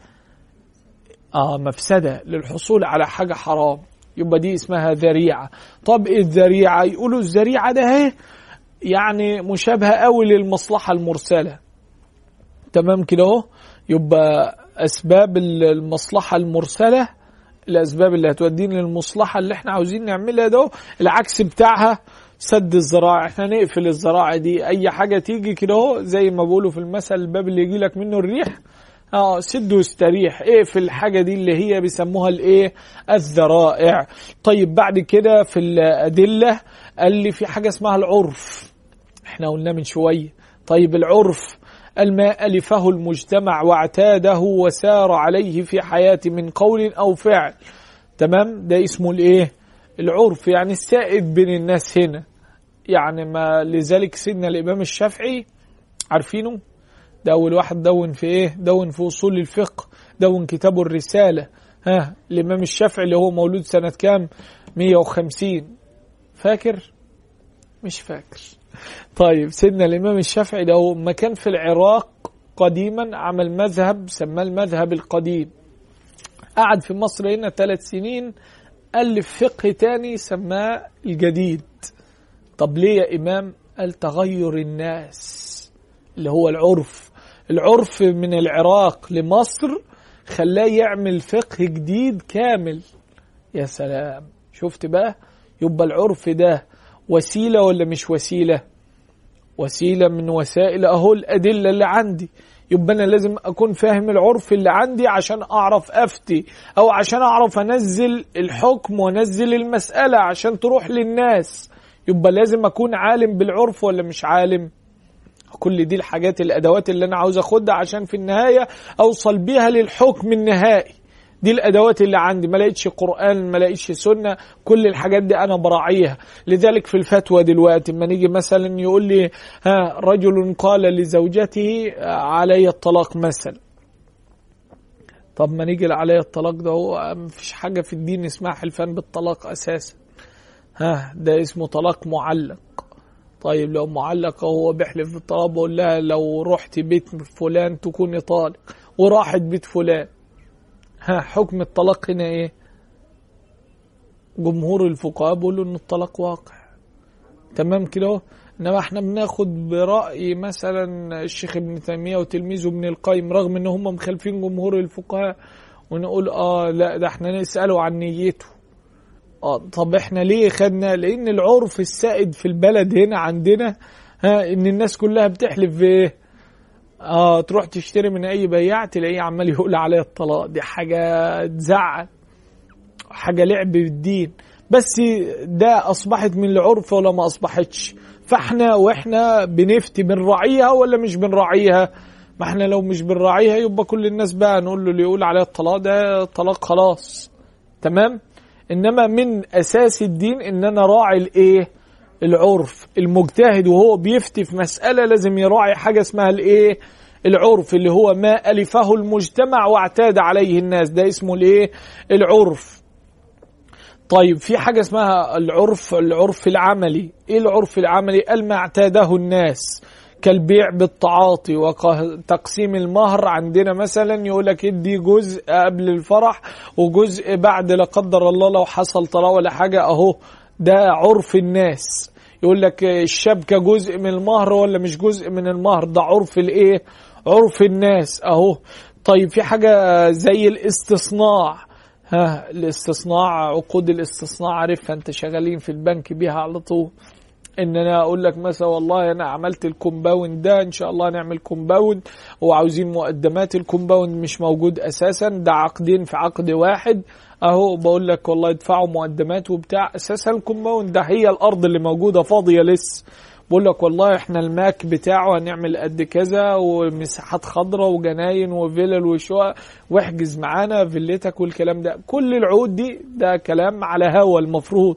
مفسدة للحصول على حاجة حرام، يبقى دي اسمها ذريعة. طب ايه الذريعة؟ يقولوا الذريعة ده اهي يعني مشابهة قوي للمصلحة المرسلة. تمام كده اهو. يبقى اسباب المصلحة المرسلة، الاسباب اللي هتودينا للمصلحة اللي احنا عاوزين نعملها ده، العكس بتاعها سد الذراع. احنا نقفل الذراع دي، اي حاجة تيجي كده اهو زي ما بيقولوا في المثل الباب اللي يجي لك منه الريح سد واستريح. اقفل الحاجة دي اللي هي بيسموها الايه؟ الذرائع. طيب بعد كده في الادلة قال لي في حاجة اسمها العرف، احنا قلنا من شوية. طيب العرف ما ألفه المجتمع واعتاده وسار عليه في حياته من قول أو فعل. تمام، ده اسمه الايه؟ العرف، يعني السائد بين الناس هنا. يعني ما لذلك سيدنا الإمام الشافعي عارفينه، ده أول واحد دون في ايه؟ دون في أصول الفقه، دون كتابه الرسالة. الإمام الشافعي اللي هو مولود سنة كام؟ 150. فاكر؟ مش فاكر. طيب سيدنا الإمام الشافعي ده ما كان في العراق قديما عمل مذهب سماه المذهب القديم، قعد في مصر هنا 3 سنين ألف فقه تاني سماه الجديد. طب ليه يا إمام؟ قال تغير الناس اللي هو العرف. العرف من العراق لمصر خلاه يعمل فقه جديد كامل. يا سلام، شفت بقى؟ يبقى العرف ده وسيلة ولا مش وسيلة؟ وسيلة من وسائل أهو الأدلة اللي عندي. يبقى أنا لازم أكون فاهم العرف اللي عندي عشان أعرف أفتي، أو عشان أعرف أنزل الحكم وأنزل المسألة عشان تروح للناس. يبقى لازم أكون عالم بالعرف ولا مش عالم؟ كل دي الحاجات الأدوات اللي أنا عاوز أخدها عشان في النهاية أوصل بيها للحكم النهائي. دي الأدوات اللي عندي، ما لقيتش قرآن، ما لقيتش سنة، كل الحاجات دي أنا براعيها. لذلك في الفتوى دلوقتي ما نيجي مثلا يقول لي رجل قال لزوجته علي الطلاق مثلا. طب ما نيجي علي الطلاق ده، هو مفيش حاجة في الدين اسمها حلفان بالطلاق أساسا. ده اسمه طلاق معلق. طيب لو معلق هو بيحلف بالطلاق، بقول لها لو رحت بيت فلان تكوني طالق، وراحت بيت فلان، حكم الطلاق هنا ايه؟ جمهور الفقهاء بيقولوا ان الطلاق واقع. تمام كده. انما احنا بناخد برأي مثلا الشيخ ابن تيمية وتلميذه ابن القيم رغم ان هم مخالفين جمهور الفقهاء، ونقول لا ده احنا نسأله عن نيته. طب احنا ليه خدنا؟ لان العرف السائد في البلد هنا عندنا ان الناس كلها بتحلف بايه؟ تروح تشتري من اي بياع تلاقيه عمال يقول عليه الطلاق. دي حاجة تزعل، حاجة لعب بالدين. بس ده اصبحت من العرف ولا ما اصبحتش؟ واحنا بنفتي بنراعيها ولا مش بنراعيها؟ ما احنا لو مش بنراعيها يبقى كل الناس بقى نقول له اللي يقول عليه الطلاق ده طلاق خلاص. تمام. انما من اساس الدين ان انا راعي الايه؟ العرف. المجتهد وهو بيفتي في مسألة لازم يراعي حاجة اسمها الايه؟ العرف، اللي هو ما ألفه المجتمع واعتاد عليه الناس، ده اسمه الايه؟ العرف. طيب في حاجة اسمها العرف العملي. ايه العرف العملي؟ قال ما اعتاده الناس كالبيع بالتعاطي وتقسيم المهر. عندنا مثلا يقولك ادي جزء قبل الفرح وجزء بعد لا قدر الله لو حصل طلاق ولا حاجة. اهو ده عرف الناس. يقول لك الشبكة جزء من المهر ولا مش جزء من المهر، ده عرف الايه؟ عرف الناس اهو. طيب في حاجة زي الاستصناع. الاستصناع، عقود الاستصناع عارفها انت، شغالين في البنك بيها على طول. ان انا اقول لك مثلا والله انا عملت الكومباوند ده، ان شاء الله نعمل كومباوند وعاوزين مقدمات الكومباوند مش موجود اساسا، ده عقدين في عقد واحد اهو. بقول لك والله ادفعوا مقدمات وبتاع، اساسا الكومباوند ده هي الارض اللي موجودة فاضية لسه. بقول لك والله احنا الماك بتاعه هنعمل قد كذا ومساحات خضراء وجناين وفيلل وشقق، واحجز معانا فيلتك والكلام ده. كل العقود دي ده كلام على هوا المفروض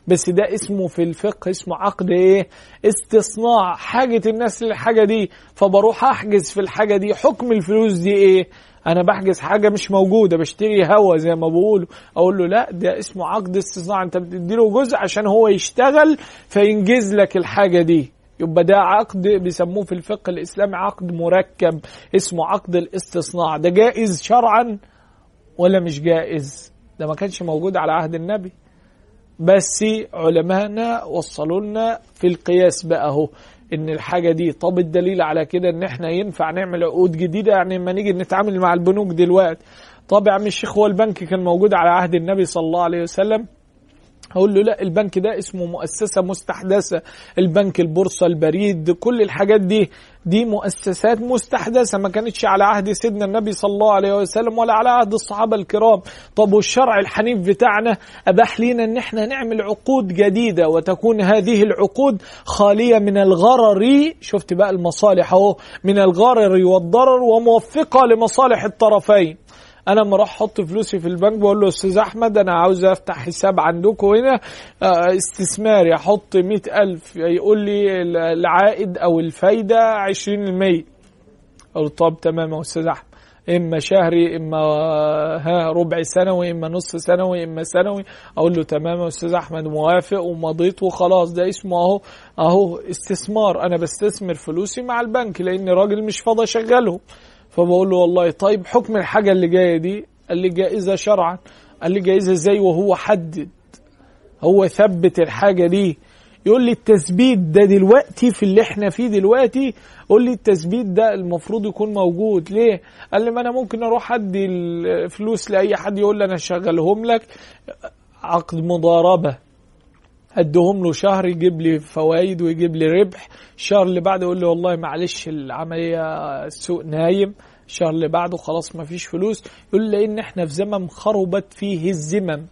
بس ده اسمه في الفقه اسمه عقد ايه؟ استصناع، حاجة الناس للحاجة دي، فبروح احجز في الحاجة دي. حكم الفلوس دي ايه؟ انا بحجز حاجة مش موجودة، بشتري هوا زي ما بقولوا. اقول له لا، ده اسمه عقد استصناع، انت بتديله جزء عشان هو يشتغل فينجز لك الحاجة دي. يبقى ده عقد بيسموه في الفقه الإسلامي عقد مركب، اسمه عقد الاستصناع. ده جائز شرعا ولا مش جائز؟ ده ما كانش موجود على عهد النبي، بس علماءنا وصلوا لنا في القياس بقى اهو ان الحاجة دي. طب الدليل على كده ان احنا ينفع نعمل عقود جديدة؟ يعني لما نيجي نتعامل مع البنوك دلوقتي، طب يا عم الشيخ هو البنك كان موجود على عهد النبي صلى الله عليه وسلم؟ هقول له لا، البنك ده اسمه مؤسسة مستحدثة. البنك، البورصة، البريد، كل الحاجات دي مؤسسات مستحدثة، ما كانتش على عهد سيدنا النبي صلى الله عليه وسلم ولا على عهد الصحابة الكرام. طب والشرع الحنيف بتاعنا أباح لنا ان احنا نعمل عقود جديدة، وتكون هذه العقود خالية من الغرر. شفت بقى المصالح اهو، من الغرر والضرر، وموفقة لمصالح الطرفين. انا لما اروح احط فلوسي في البنك بقول له استاذ احمد انا عاوز افتح حساب عندكم هنا استثماري، احط 100,000، يقول لي العائد او الفايدة 20%. اقول طب تمام يا استاذ احمد، اما شهري، اما ربع سنوي، اما نص سنوي، اما سنوي. اقول له تمام يا استاذ احمد، موافق، ومضيت وخلاص. ده اسمه اهو استثمار، انا بستثمر فلوسي مع البنك لان راجل مش فاضي اشغله. فبقول له والله طيب حكم الحاجة اللي جاية دي؟ قال لي جائزة شرعا. قال لي جائزة ازاي وهو حدد، هو ثبت الحاجة دي؟ يقول لي التثبيت ده دلوقتي في اللي احنا فيه دلوقتي، قول لي التثبيت ده المفروض يكون موجود. ليه؟ قال لي ما انا ممكن اروح ادي الفلوس لاي حد يقول لي انا شغلهم لك عقد مضاربة، ادهم له شهر يجيب لي فوائد ويجيب لي ربح، الشهر اللي بعده يقول لي والله معلش العملية السوق نايم، الشهر اللي بعده خلاص ما فيش فلوس. يقول لي ان احنا في زمن خربت فيه الزمن،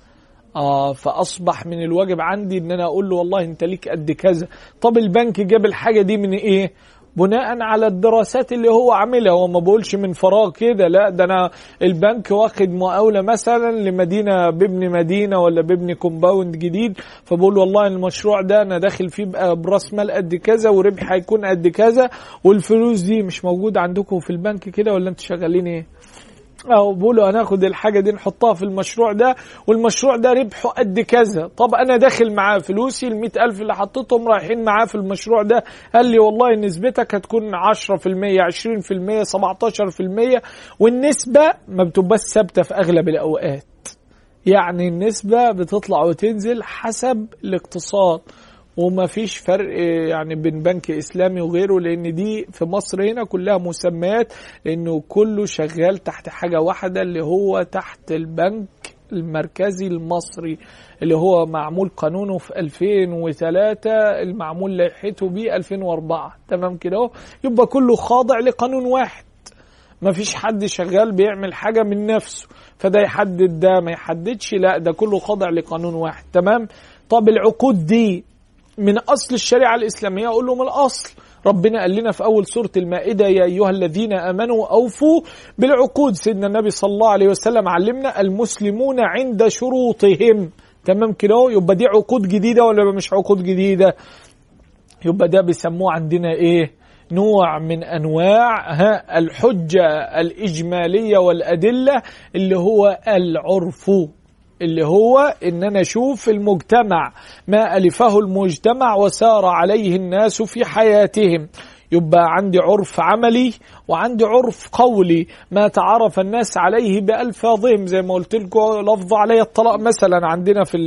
فاصبح من الواجب عندي ان انا اقول له والله انت ليك قد كذا. طب البنك جاب الحاجة دي من ايه؟ بناء على الدراسات اللي هو عاملها، هو ما بقولش من فراغ كده، لا ده انا البنك واخد مقاولة مثلا لمدينة، بابن مدينة ولا بابن كومباوند جديد، فبقول والله المشروع ده انا داخل فيه بقى براس مال قد كذا وربح هيكون قد كذا، والفلوس دي مش موجودة عندكم في البنك كده ولا انتوا شغالين ايه؟ او بقولوا هناخد الحاجة دي نحطها في المشروع ده، والمشروع ده ربحه قد كذا. طب انا داخل معاه فلوسي 100,000 اللي حطيتهم رايحين معاه في المشروع ده، قال لي والله نسبتك هتكون 10%، 20%، 17%، والنسبة ما بتبقاش ثابتة في اغلب الاوقات، يعني النسبة بتطلع وتنزل حسب الاقتصاد، وما فيش فرق يعني بين بنك إسلامي وغيره، لأن دي في مصر هنا كلها مسميات، لأنه كله شغال تحت حاجة واحدة اللي هو تحت البنك المركزي المصري، اللي هو معمول قانونه في 2003، المعمول لائحته بيه 2004. تمام كده؟ يبقى كله خاضع لقانون واحد، ما فيش حد شغال بيعمل حاجة من نفسه فده يحدد ده ما يحددش، لا ده كله خاضع لقانون واحد. تمام؟ طب العقود دي من أصل الشريعة الإسلامية؟ أقول له من الأصل، ربنا قال لنا في أول سورة المائدة يا أيها الذين آمنوا أوفوا بالعقود. سيدنا النبي صلى الله عليه وسلم علمنا المسلمون عند شروطهم. تمام كده؟ يبقى دي عقود جديدة ولا مش عقود جديدة؟ يبقى ده بيسموه عندنا إيه؟ نوع من أنواع الحجة الإجمالية والأدلة، اللي هو العرف، اللي هو إن أنا أشوف المجتمع ما ألفه المجتمع وسار عليه الناس في حياتهم. يبقى عندي عرف عملي وعندي عرف قولي، ما تعرف الناس عليه بألفاظهم، زي ما قلت لكم لفظ علي الطلاق مثلا عندنا في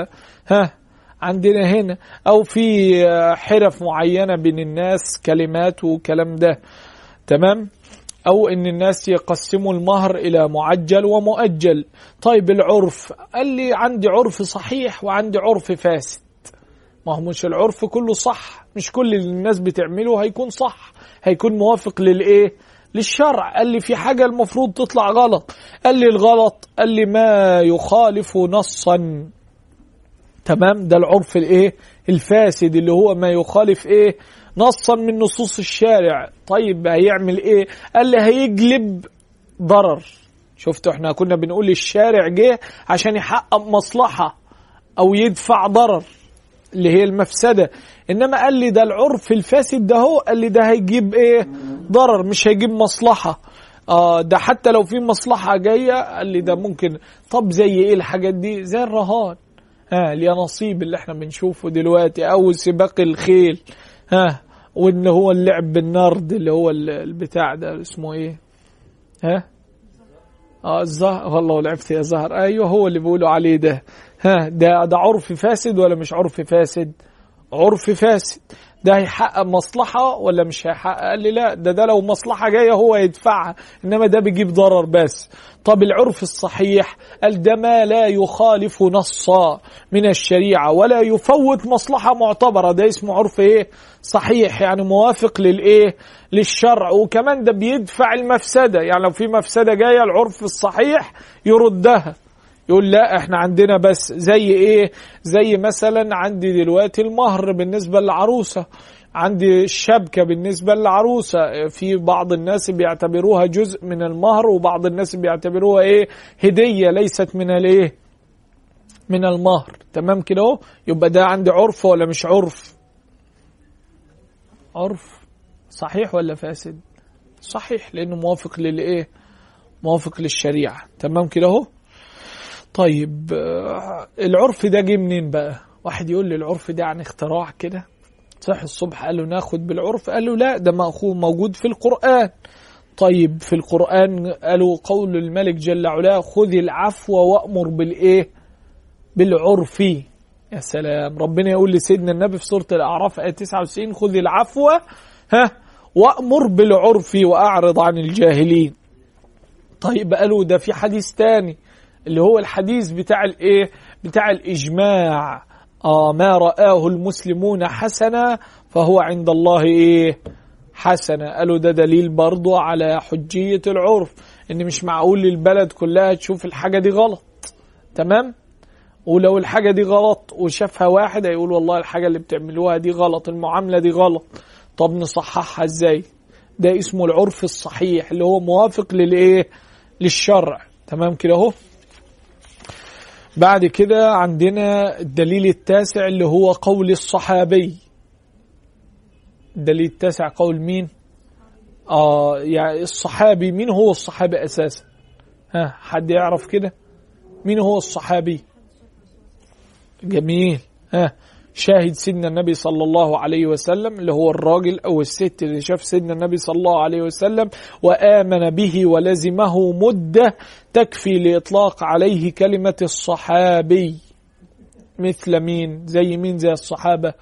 عندنا هنا، أو في حرف معينة بين الناس كلمات وكلام ده. تمام؟ أو إن الناس يقسموا المهر إلى معجل ومؤجل. طيب العرف، قال لي عندي عرف صحيح وعندي عرف فاسد. ما هو مش العرف كله صح، مش كل اللي الناس بتعمله هيكون صح، هيكون موافق للإيه؟ للشرع. قال لي في حاجة المفروض تطلع غلط. قال لي الغلط، قال لي ما يخالف نصا. تمام؟ ده العرف الإيه؟ الفاسد، اللي هو ما يخالف إيه؟ نصا من نصوص الشارع. طيب هيعمل ايه؟ قال لي هيجلب ضرر. شفتوا احنا كنا بنقول الشارع جه عشان يحقق مصلحة، أو يدفع ضرر اللي هي المفسدة. إنما قال لي ده العرف الفاسد ده هو قال لي ده هيجيب إيه؟ ضرر، مش هيجيب مصلحة. ده حتى لو في مصلحة جاية قال لي ده ممكن. طب زي إيه الحاجات دي؟ زي الرهان، ليه نصيب اللي احنا بنشوفه دلوقتي، أو سباق الخيل، وإن هو اللعب بالنرد اللي هو البتاع ده اسمه إيه؟ الزهر. والله لعبت يا زهر. أيوه هو اللي بيقولوا عليه ده. ده عرف فاسد ولا مش عرف فاسد؟ عرف فاسد. ده هيحقق مصلحة ولا مش هيحقق؟ قال لي لا، ده لو مصلحة جاية هو يدفعها، إنما ده بيجيب ضرر بس. طب العرف الصحيح قال ده ما لا يخالف نصا من الشريعة ولا يفوت مصلحة معتبرة، ده اسمه عرف ايه؟ صحيح، يعني موافق للايه؟ للشرع. وكمان ده بيدفع المفسدة، يعني لو في مفسدة جاية العرف الصحيح يردها، يقول لا احنا عندنا بس زي ايه؟ زي مثلا عندي دلوقتي المهر بالنسبة للعروسة، عندي الشبكة بالنسبة للعروسة، في بعض الناس بيعتبروها جزء من المهر، وبعض الناس بيعتبروها ايه؟ هدية ليست من الايه؟ من المهر. تمام كده؟ يبقى ده عندي عرف ولا مش عرف؟ عرف صحيح ولا فاسد؟ صحيح، لانه موافق للايه؟ موافق للشريعة. تمام كده؟ طيب العرف ده جه منين بقى؟ واحد يقول لي العرف ده عن اختراع كده. صح الصبح قال له ناخد بالعرف، قال له لا، ده مأخوذ موجود في القرآن. طيب في القرآن قالوا قول الملك جل وعلا خذ العفو وأمر بالإيه؟ بالعرف. يا سلام، ربنا يقول لسيدنا النبي في سورة الأعراف آية 99 خذ العفو وأمر بالعرف وأعرض عن الجاهلين. طيب قالوا ده في حديث تاني اللي هو الحديث بتاع الإيه؟ بتاع الإجماع. ما رآه المسلمون حسنا فهو عند الله إيه؟ حسنا. قالوا ده دليل برضو على حجية العرف، إن مش معقول للبلد كلها تشوف الحاجة دي غلط. تمام؟ ولو الحاجة دي غلط وشافها واحد هيقول والله الحاجة اللي بتعملوها دي غلط، المعاملة دي غلط. طب نصححها ازاي؟ ده اسمه العرف الصحيح اللي هو موافق للإيه؟ للشرع. تمام كده اهو. بعد كده عندنا الدليل التاسع اللي هو قول الصحابي. الدليل التاسع قول مين؟ يعني الصحابي. مين هو الصحابي أساسا؟ حد يعرف كده؟ مين هو الصحابي؟ جميل. شاهد سيدنا النبي صلى الله عليه وسلم، اللي هو الراجل أو الست اللي شاف سيدنا النبي صلى الله عليه وسلم وآمن به ولزمه مدة تكفي لإطلاق عليه كلمة الصحابي. مثل مين؟ زي مين؟ زي الصحابة.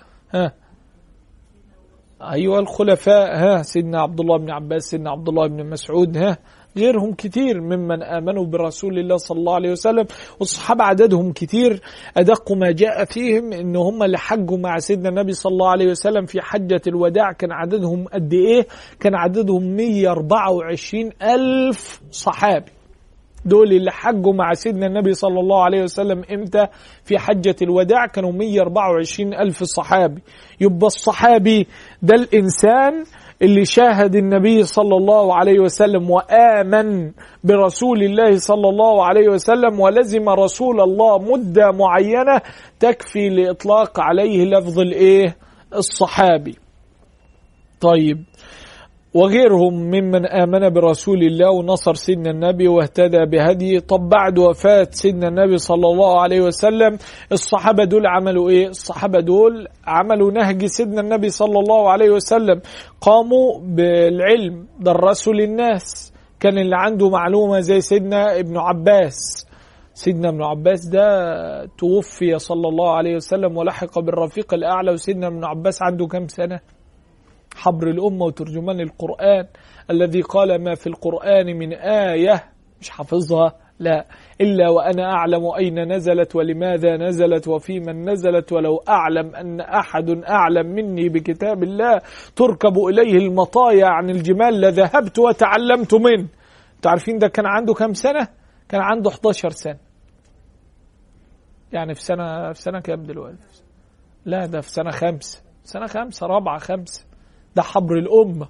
أيوة الخلفاء. سيدنا عبد الله بن عباس، سيدنا عبد الله بن مسعود، غيرهم كتير ممن آمنوا برسول الله صلى الله عليه وسلم. والصحابة عددهم كتير. أدق ما جاء فيهم إن هم اللي حجوا مع سيدنا النبي صلى الله عليه وسلم في حجة الوداع كان عددهم قد إيه؟ كان عددهم 124 ألف صحابي. دول اللي حجوا مع سيدنا النبي صلى الله عليه وسلم إمتى؟ في حجة الوداع كانوا 124 ألف صحابي. يبقى الصحابي ده الإنسان اللي شاهد النبي صلى الله عليه وسلم وآمن برسول الله صلى الله عليه وسلم ولزم رسول الله مدة معينة تكفي لإطلاق عليه لفظ الإيه؟ الصحابي. طيب وغيرهم ممن آمن برسول الله ونصر سيدنا النبي واهتدى بهديه. طب بعد وفاة سيدنا النبي صلى الله عليه وسلم الصحابة دول عملوا ايه؟ الصحابة دول عملوا نهج سيدنا النبي صلى الله عليه وسلم، قاموا بالعلم، درسوا للناس. كان اللي عنده معلومة زي سيدنا ابن عباس. سيدنا ابن عباس ده توفي صلى الله عليه وسلم ولحق بالرفيق الأعلى، وسيدنا ابن عباس عنده كم سنة؟ حبر الأمة وترجمان القرآن الذي قال ما في القرآن من آية مش حافظها لا إلا وأنا أعلم أين نزلت ولماذا نزلت وفي من نزلت، ولو أعلم أن أحد أعلم مني بكتاب الله تركب إليه المطايا عن الجمال لذهبت وتعلمت منه. تعرفين ده كان عنده كم سنة؟ كان عنده 11 سنة. يعني في سنة كام دلوقتي؟ لا ده في سنة 5، سنة 5 رابعة 5. ده حبر الأمة،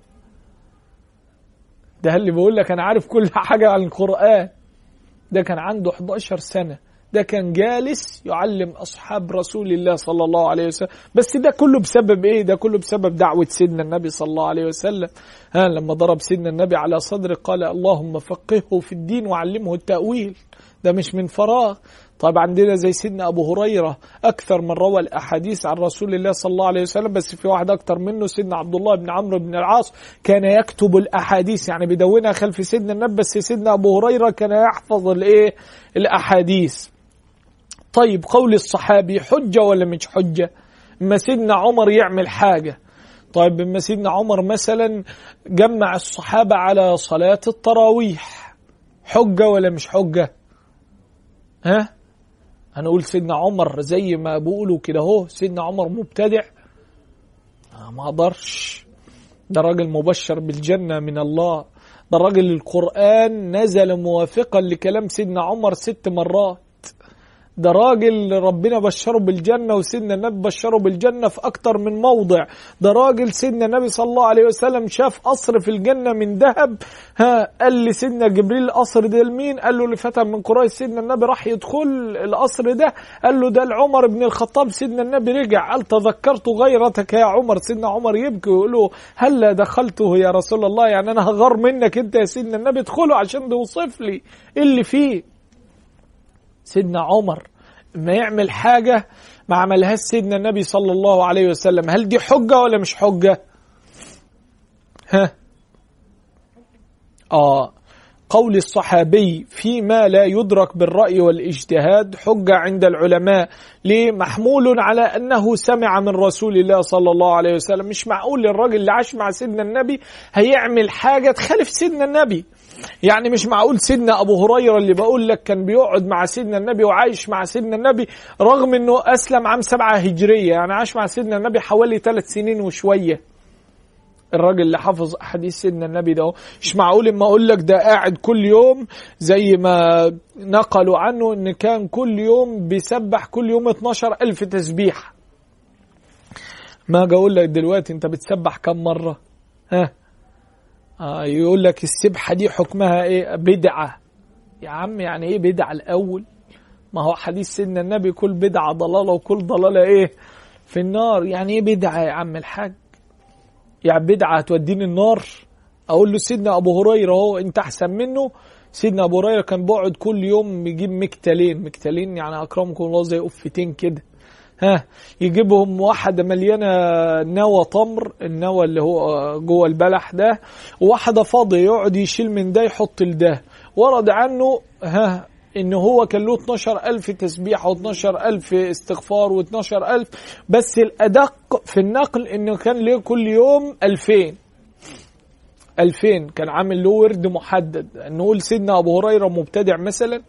ده اللي بيقول لك أنا عارف كل حاجة عن القرآن. ده كان عنده 11 سنة ده كان جالس يعلم أصحاب رسول الله صلى الله عليه وسلم. بس ده كله بسبب إيه؟ ده كله بسبب دعوة سيدنا النبي صلى الله عليه وسلم. لما ضرب سيدنا النبي على صدره قال اللهم فقهه في الدين وعلمه التأويل. ده مش من فراغ. طيب عندنا زي سيدنا أبو هريرة أكثر من روى الأحاديث عن رسول الله صلى الله عليه وسلم، بس في واحد أكثر منه سيدنا عبد الله بن عمرو بن العاص كان يكتب الأحاديث، يعني بدونها خلف سيدنا النبي، بس سيدنا أبو هريرة كان يحفظ الأحاديث. طيب قول الصحابي حجة ولا مش حجة؟ اما سيدنا عمر يعمل حاجة، طيب اما سيدنا عمر مثلا جمع الصحابة على صلاة التراويح، حجة ولا مش حجة؟ هنقول سيدنا عمر زي ما بقولوا كده هو سيدنا عمر مبتدع؟ ما قدرش. ده راجل مبشر بالجنة من الله، ده راجل القرآن نزل موافقا لكلام سيدنا عمر 6 مرات، ده راجل ربنا بشره بالجنة وسيدنا النبي بشره بالجنة في أكتر من موضع، ده راجل سيدنا النبي صلى الله عليه وسلم شاف قصر في الجنة من ذهب، قال لسيدنا جبريل القصر ده لمين؟ قال له لفتى من قريش. سيدنا النبي راح يدخل القصر ده قال له ده لعمر بن الخطاب. سيدنا النبي رجع قال تذكرت غيرتك يا عمر. سيدنا عمر يبكي ويقول له هلا دخلته يا رسول الله، يعني أنا هغار منك أنت يا سيدنا النبي، ادخله عشان توصف لي إيه اللي فيه. سيدنا عمر ما يعمل حاجة ما عملهاش سيدنا النبي صلى الله عليه وسلم، هل دي حجة ولا مش حجة؟ قول الصحابي فيما لا يدرك بالرأي والاجتهاد حجة عند العلماء. ليه؟ محمول على أنه سمع من رسول الله صلى الله عليه وسلم. مش معقول الراجل اللي عاش مع سيدنا النبي هيعمل حاجة تخالف سيدنا النبي. يعني مش معقول سيدنا أبو هريرة اللي بقول لك كان بيقعد مع سيدنا النبي وعايش مع سيدنا النبي رغم أنه أسلم عام 7 هجرية، يعني عاش مع سيدنا النبي حوالي 3 سنين وشوية. الراجل اللي حافظ أحاديث سيدنا النبي ده مش معقول اما أقول لك ده قاعد كل يوم زي ما نقلوا عنه أن كان كل يوم بيسبح كل يوم 12,000 تسبيح. ما أقول لك دلوقتي أنت بتسبح كم مرة؟ يقول لك السبحة دي حكمها ايه؟ بدعة. يا عم يعني ايه بدعة الأول؟ ما هو حديث سيدنا النبي كل بدعة ضلالة وكل ضلالة ايه؟ في النار. يعني ايه بدعة يا عم الحاج؟ يعني بدعة هتوديني النار؟ أقول له سيدنا أبو هريرة هو أنت أحسن منه. سيدنا أبو هريرة كان بيقعد كل يوم يجيب مكتلين يعني أكرمكم الله زي قفتين كده، يجيبهم واحدة مليانة نوى تمر، النوى اللي هو جوه البلح ده، وواحدة فاضية يقعد يشيل من ده يحط لده. ورد عنه إنه هو كان له 12,000 تسبيح و12,000 استغفار و12,000، بس الأدق في النقل إنه كان له كل يوم 2000 كان عامل له ورد محدد. نقول سيدنا أبو هريرة مبتدع مثلا؟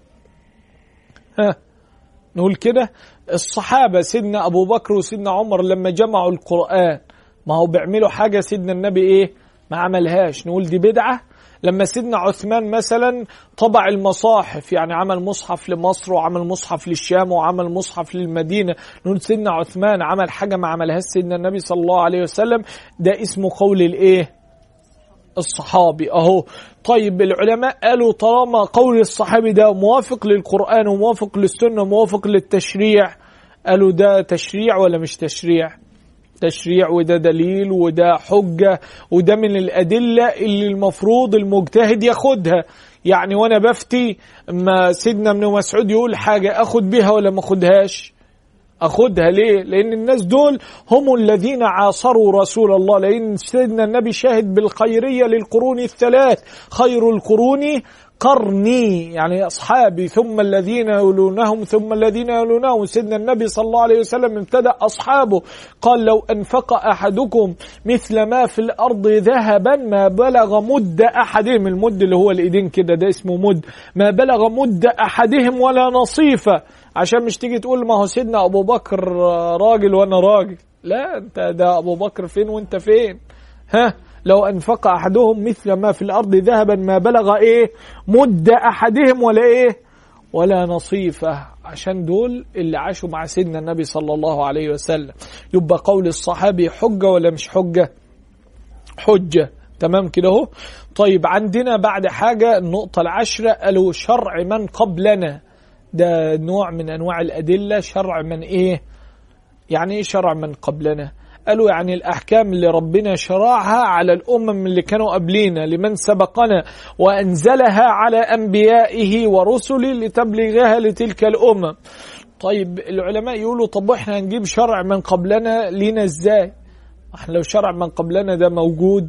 نقول كده. الصحابة سيدنا أبو بكر وسيدنا عمر لما جمعوا القرآن ما هو بيعملوا حاجة سيدنا النبي إيه ما عملهاش، نقول دي بدعة. لما سيدنا عثمان مثلا طبع المصاحف، يعني عمل مصحف لمصر وعمل مصحف للشام وعمل مصحف للمدينة، نقول سيدنا عثمان عمل حاجة ما عملهاش سيدنا النبي صلى الله عليه وسلم. ده اسمه قول الإيه؟ الصحابي أهو. طيب العلماء قالوا طالما قول الصحابي ده موافق للقرآن وموافق للسنة وموافق للتشريع، قالوا ده تشريع ولا مش تشريع؟ تشريع، وده دليل وده حجة وده من الأدلة اللي المفروض المجتهد ياخدها. يعني وانا بفتي ما سيدنا ابن مسعود يقول حاجة اخد بها ولا ما اخدهاش؟ أخدها. ليه؟ لأن الناس دول هم الذين عاصروا رسول الله، لأن سيدنا النبي شاهد بالخيرية للقرون الثلاث، خير القرون قرني يعني أصحابي ثم الذين يلونهم ثم الذين يلونهم. سيدنا النبي صلى الله عليه وسلم ابتدأ أصحابه قال لو أنفق أحدكم مثل ما في الأرض ذهبا ما بلغ مد أحدهم، المد اللي هو الإيدين كده ده اسمه مد، ما بلغ مد أحدهم ولا نصيفة. عشان مش تيجي تقول ما هو سيدنا أبو بكر راجل وأنا راجل، لا أنت ده أبو بكر فين وأنت فين؟ لو أنفق أحدهم مثل ما في الأرض ذهبا ما بلغ إيه مد أحدهم ولا إيه ولا نصيفة. عشان دول اللي عاشوا مع سيدنا النبي صلى الله عليه وسلم. يبقى قول الصحابي حجة ولا مش حجة؟ حجة. تمام كده اهو. طيب عندنا بعد حاجة النقطة 10 قالوا شرع من قبلنا. ده نوع من أنواع الأدلة. شرع من إيه؟ يعني إيه شرع من قبلنا؟ قالوا يعني الأحكام اللي ربنا شرعها على الأمم اللي كانوا قبلنا لمن سبقنا، وأنزلها على أنبيائه ورسله لتبلغها لتلك الأمم. طيب العلماء يقولوا طب احنا هنجيب شرع من قبلنا لينا ازاي؟ احنا لو شرع من قبلنا ده موجود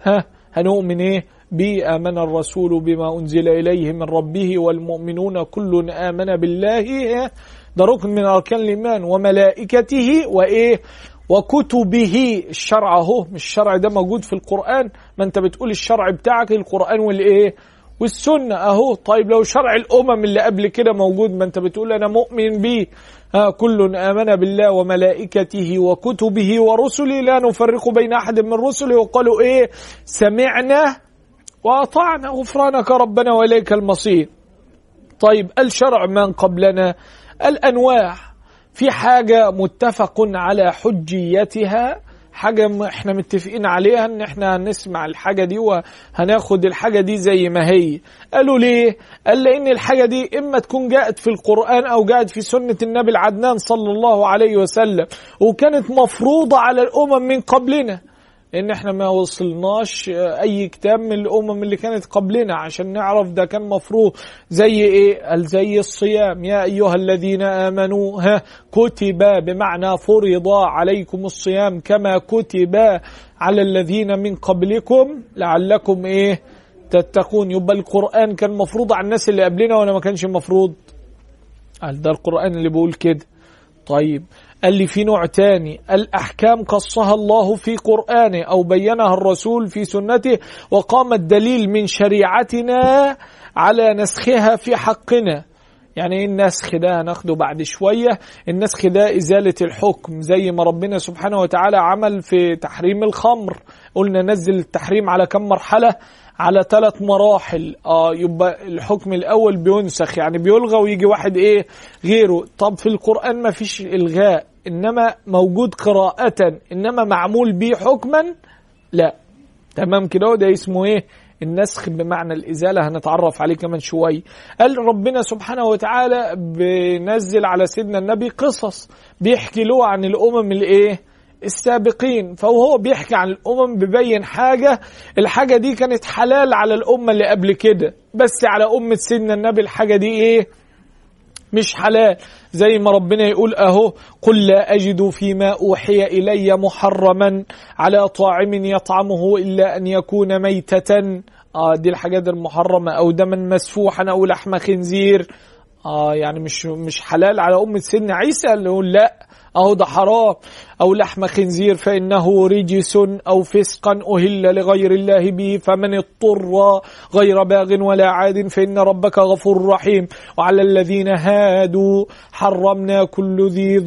هنؤمن ايه؟ آمن الرسول بما أنزل إليه من ربه والمؤمنون كل آمن بالله، ده ركن من أركان الإيمان، وملائكته وإيه؟ وكتبه. الشرع اهو، مش الشرع ده موجود في القرآن؟ ما انت بتقول الشرع بتاعك القرآن والإيه؟ والسنة اهو. طيب لو شرع الأمم اللي قبل كده موجود، ما انت بتقول أنا مؤمن به، كل آمن بالله وملائكته وكتبه ورسله لا نفرق بين أحد من رسله وقالوا إيه؟ سمعنا وأطعنا غفرانك ربنا وإليك المصير. طيب الشرع من قبلنا الأنواع، في حاجة متفق على حجيتها، حاجة احنا متفقين عليها ان احنا هنسمع الحاجة دي وهناخد الحاجة دي زي ما هي. قالوا ليه؟ قال لأن الحاجة دي اما تكون جاءت في القرآن او جاءت في سنة النبي العدنان صلى الله عليه وسلم، وكانت مفروضة على الأمم من قبلنا، لأن احنا ما وصلناش أي كتاب من الأمم اللي كانت قبلنا عشان نعرف ده كان مفروض. زي إيه؟ قال زي الصيام، يا أيها الذين آمنوا كتب بمعنى فرض عليكم الصيام كما كتب على الذين من قبلكم لعلكم إيه؟ تتقون. يبقى القرآن كان مفروض على الناس اللي قبلنا ولا ما كانش مفروض؟ قال ده القرآن اللي بيقول كده. طيب قال لي في نوع تاني، الأحكام قصها الله في قرآنه أو بينها الرسول في سنته، وقام الدليل من شريعتنا على نسخها في حقنا. يعني ايه النسخ ده؟ هناخده بعد شوية. النسخ ده إزالة الحكم، زي ما ربنا سبحانه وتعالى عمل في تحريم الخمر. قلنا نزل التحريم على كم مرحلة؟ على 3 مراحل. يبقى الحكم الأول بينسخ، يعني بيلغى ويجي واحد ايه غيره. طب في القرآن ما فيش إلغاء، إنما موجود قراءة، إنما معمول به حكما لا. تمام كده؟ وده اسمه ايه؟ النسخ بمعنى الإزالة، هنتعرف عليه كمان شوي. قال ربنا سبحانه وتعالى بنزل على سيدنا النبي قصص بيحكي له عن الأمم الايه؟ السابقين. فهو بيحكي عن الأمم ببين حاجة، الحاجة دي كانت حلال على الأمة اللي قبل كده، بس على أمة سيدنا النبي الحاجة دي ايه؟ مش حلال. زي ما ربنا يقول اهو، قل لا أجد فيما أوحي إلي محرما على طاعم يطعمه إلا أن يكون ميتة. دي الحاجات المحرمة، أو دما مسفوحا أو لحم خنزير. يعني مش حلال على أمة سيدنا عيسى اللي يقول لا أهو ده حرام. أو لحم خنزير فإنه رجس أو فسقا أهل لغير الله به فمن اضطر غير باغ ولا عاد فإن ربك غفور رحيم. وعلى الذين هادوا حرمنا كل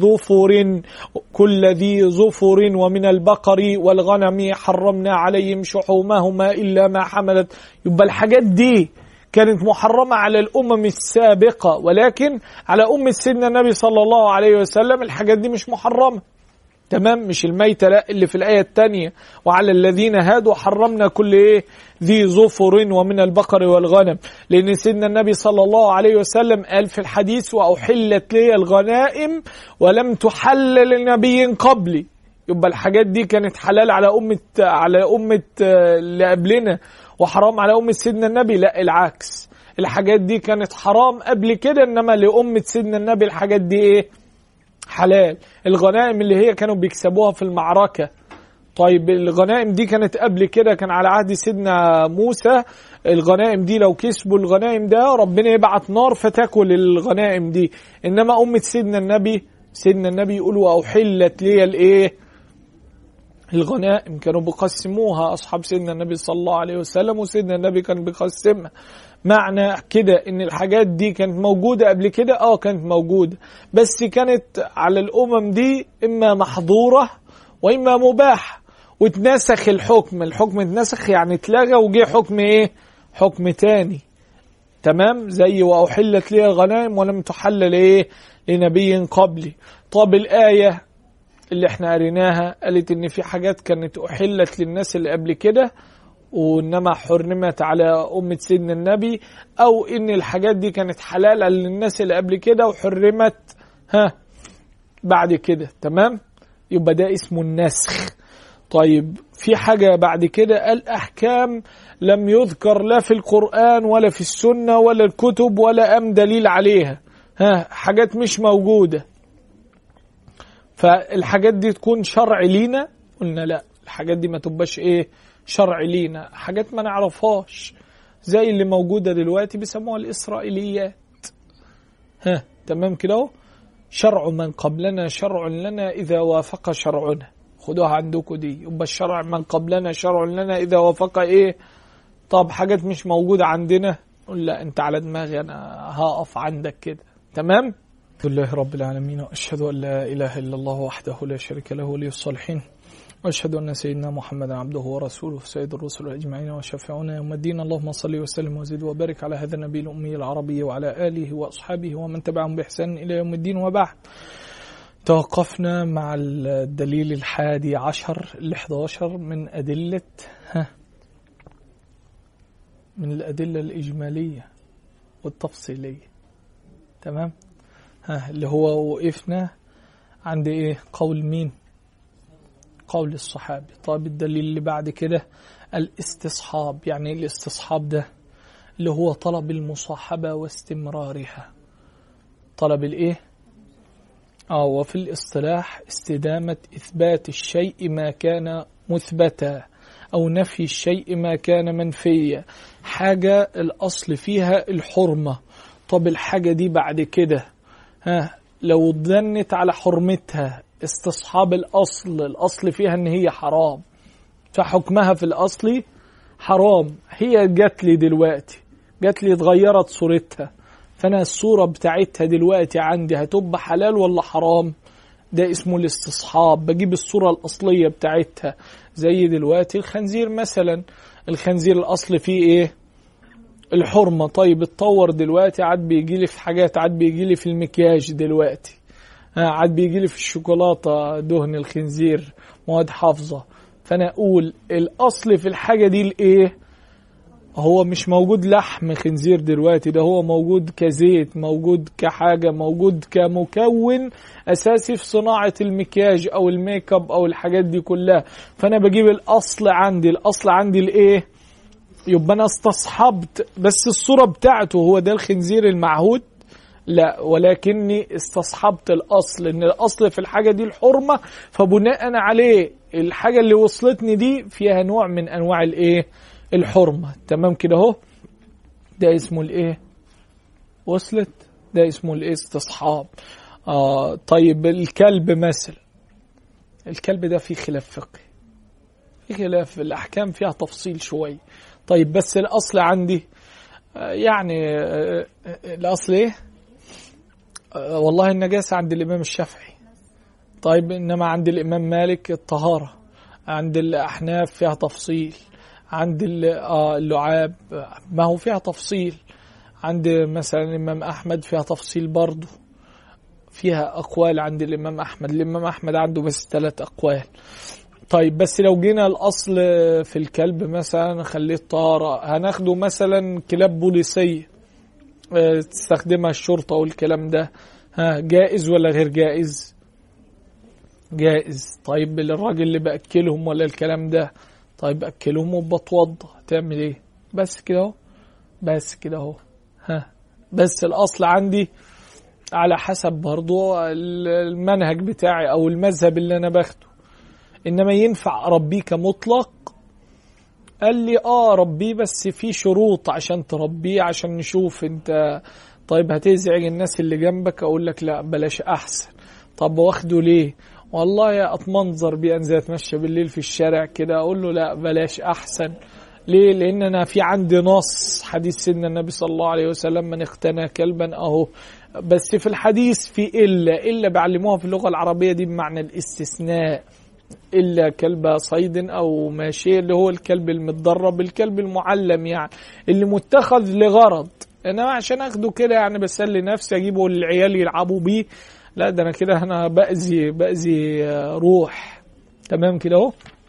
ذي ظفر ومن البقر والغنم حرمنا عليهم شحومهما إلا ما حملت. يبقى الحاجات دي كانت محرمة على الأمم السابقة، ولكن على أمة سيدنا النبي صلى الله عليه وسلم الحاجات دي مش محرمة. تمام؟ مش الميتة لا، اللي في الآية الثانية وعلى الذين هادوا حرمنا كل ايه؟ ذي ظفر ومن البقر والغنم. لأن سيدنا النبي صلى الله عليه وسلم قال في الحديث وأحلت لي الغنائم ولم تحل لنبي قبلي. يبقى الحاجات دي كانت حلال على أمة اللي قبلنا وحرام على أمة سيدنا النبي. لا، العكس، الحاجات دي كانت حرام قبل كده، إنما لأمة سيدنا النبي الحاجات دي إيه؟ حلال. الغنائم اللي هي كانوا بيكسبوها في المعركة. طيب الغنائم دي كانت قبل كده، كان على عهد سيدنا موسى الغنائم دي لو كسبوا الغنائم ده ربنا يبعت نار فتاكل الغنائم دي. إنما أمة سيدنا النبي يقولوا وأحلت لي الإيه؟ الغنائم. كانوا بيقسموها أصحاب سيدنا النبي صلى الله عليه وسلم، وسيدنا النبي كان بيقسمها. معنى كده إن الحاجات دي كانت موجودة قبل كده، كانت موجودة، بس كانت على الأمم دي إما محظورة وإما مباح، واتنسخ الحكم اتنسخ يعني اتلغى وجه حكم إيه؟ حكم تاني. تمام؟ زي وأحلت لي الغنائم ولم تحلل إيه؟ لنبي قبلي. طب الآية اللي احنا قريناها قالت ان في حاجات كانت احلت للناس اللي قبل كده وإنما حرمت على أمة سيدنا النبي، أو إن الحاجات دي كانت حلالة للناس اللي قبل كده وحرمت بعد كده. تمام؟ يبقى ده اسمه النسخ. طيب في حاجة بعد كده، الأحكام لم يذكر لا في القرآن ولا في السنة ولا الكتب ولا أم دليل عليها، حاجات مش موجودة، فالحاجات دي تكون شرع لينا؟ قلنا لا، الحاجات دي ما تبقاش شرع لينا، حاجات ما نعرفهاش زي اللي موجودة دلوقتي بيسموها الإسرائيليات. تمام كده؟ شرع من قبلنا شرع لنا إذا وافق شرعنا، خدوها عندكم دي. يبقى الشرع من قبلنا شرع لنا إذا وافق طب حاجات مش موجودة عندنا، قل لا أنت على دماغي، أنا هقف عندك كده. تمام؟ الحمد لله رب العالمين، وأشهد أن لا إله إلا الله وحده لا شريك له ولي الصالحين، وأشهد أن سيدنا محمدا عبده ورسوله سيد الرسل أجمعين وشفيعنا يوم الدين. اللهم صل وسلم وزد وبارك على هذا النبي الأمي العربي وعلى آله وأصحابه ومن تبعهم بإحسان إلى يوم الدين. وبعد، توقفنا مع الدليل 11 من الأدلة الإجمالية والتفصيلية. تمام؟ اللي هو وقفنا عند قول مين؟ قول الصحابي. طيب الدليل اللي بعد كده الاستصحاب. يعني الاستصحاب ده اللي هو طلب المصاحبة واستمرارها. طلب وفي الاصطلاح استدامة إثبات الشيء ما كان مثبتا أو نفي الشيء ما كان منفيا. حاجة الأصل فيها الحرمة، طب الحاجة دي بعد كده لو ظنت على حرمتها، استصحاب الأصل فيها ان هي حرام، فحكمها في الأصل حرام. هي جات لي دلوقتي، اتغيرت صورتها، فأنا الصورة بتاعتها دلوقتي عندي هتبقى حلال ولا حرام؟ ده اسمه الاستصحاب. بجيب الصورة الأصلية بتاعتها. زي دلوقتي الخنزير مثلا، الخنزير الأصل فيه الحرمة. طيب اتطور دلوقتي، عاد بيجي لي في حاجات، عاد بيجي لي في المكياج دلوقتي، عاد بيجي لي في الشوكولاتة دهن الخنزير مواد حافظة. فأنا أقول الأصل في الحاجة دي هو مش موجود لحم خنزير دلوقتي، ده هو موجود كزيت، موجود كحاجة، موجود كمكون أساسي في صناعة المكياج أو الميك اب أو الحاجات دي كلها. فأنا بجيب الأصل عندي يبقى أنا استصحبت بس الصورة بتاعته، هو ده الخنزير المعهود؟ لا، ولكني استصحبت الأصل، إن الأصل في الحاجة دي الحرمة، فبناء عليه الحاجة اللي وصلتني دي فيها نوع من أنواع الحرمة. تمام كده اهو؟ ده اسمه وصلت؟ ده اسمه استصحاب. طيب الكلب مثلا، الكلب ده فيه خلاف فقهي، في خلاف الأحكام فيها تفصيل شوي. طيب بس الأصل عندي الأصل والله النجاسة عند الإمام الشافعي. طيب إنما عند الإمام مالك الطهارة، عند الأحناف فيها تفصيل، عند اللعاب ما هو فيها تفصيل، عند مثلا الإمام أحمد فيها تفصيل برضو، فيها أقوال عند الإمام أحمد. الإمام أحمد عنده بس 3 أقوال. طيب بس لو جينا الأصل في الكلب مثلا خليه طهارة، هناخده مثلا كلاب بوليسية تستخدمها الشرطة والكلام ده، جائز ولا غير جائز؟ جائز. طيب الراجل اللي بأكلهم ولا الكلام ده، طيب أكلهم وبتوضى، تعمل ايه؟ بس كده اهو. بس الأصل عندي على حسب برضو المنهج بتاعي أو المذهب اللي أنا باخده. إنما ينفع أربيه كمطلق؟ قال لي ربيه بس في شروط عشان تربيه، عشان نشوف انت طيب هتزعج الناس اللي جنبك. أقول لك لا بلاش أحسن. طب واخده ليه؟ والله يا أتمنظر بيه، أنزل أتمشى بالليل في الشارع كده. أقول له لا بلاش أحسن. ليه؟ لأن أنا في عندي نص حديث سيدنا النبي صلى الله عليه وسلم من اقتنى كلبا أهو. بس في الحديث في إلا بعلموها في اللغة العربية دي بمعنى الاستثناء، إلا كلب صيد أو ماشي، اللي هو الكلب المتدرب، الكلب المعلم يعني اللي متخذ لغرض. أنا عشان أخده كده يعني بسلي نفسي، أجيبه للعيال يلعبوا بيه، لا ده أنا كده أنا بأذي روح. تمام كده اهو.